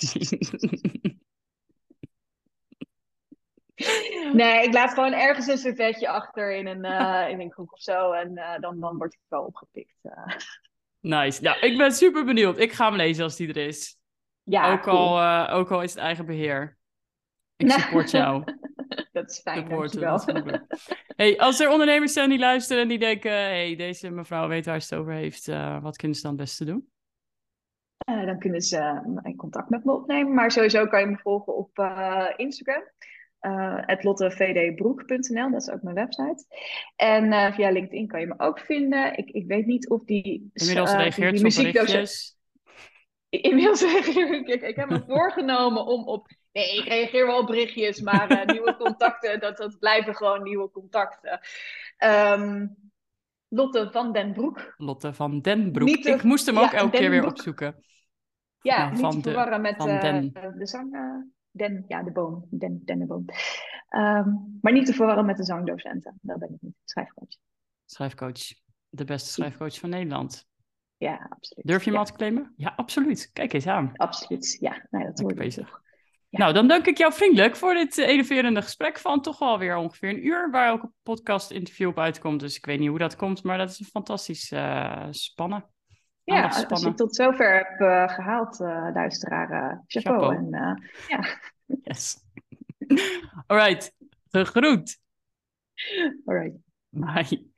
Nee, ik laat gewoon ergens een servetje achter in een, uh, in een kroeg of zo. En uh, dan, dan word ik wel opgepikt. Uh. Nice. Nou, ik ben super benieuwd. Ik ga hem lezen als die er is. Ja, Ook al, cool. uh, ook al is het eigen beheer. Ik support jou. Dat is fijn, Supporten, dat dankjewel. is ook leuk. Hey, als er ondernemers zijn die luisteren en die denken, hey, deze mevrouw weet waar ze het over heeft, uh, wat kunnen ze dan het beste doen? Uh, dan kunnen ze uh, contact met me opnemen. Maar sowieso kan je me volgen op uh, Instagram. Uh, lottevdbroek punt n l, dat is ook mijn website. En uh, via LinkedIn kan je me ook vinden. Ik, ik weet niet of die, Inmiddels uh, die, reageert die ze op muziekdocent. berichtjes. Inmiddels reageer ik, ik, ik heb me voorgenomen om op... Nee, ik reageer wel op berichtjes, maar uh, nieuwe contacten, dat, dat blijven gewoon nieuwe contacten. Um, Lotte van den Broek. Lotte van den Broek. Niet Ik te, moest hem ook ja, elke keer den weer Broek. opzoeken. Ja, Nou, niet te van de, verwarren met van uh, den. de zang... Uh, den, ja, de boom. Den, dennenboom. Um, maar niet te verwarren met de zangdocenten. Dat ben ik niet. Schrijfcoach. Schrijfcoach. De beste schrijfcoach van Nederland. Ja, absoluut. Durf je hem ja. al te claimen? Ja, absoluut. Kijk eens aan. Absoluut, ja. Nee, dat hoorde ik toch. Ja. Nou, dan dank ik jou vriendelijk voor dit enerverende gesprek van toch wel weer ongeveer een uur, waar ook een podcast-interview op uitkomt. Dus ik weet niet hoe dat komt, maar dat is een fantastisch uh, spannen. Ja, als je tot zover hebt uh, gehaald, uh, luisteraar, uh, chapeau. chapeau. En, uh, ja. Yes. All right. Gegroet. All right. Bye.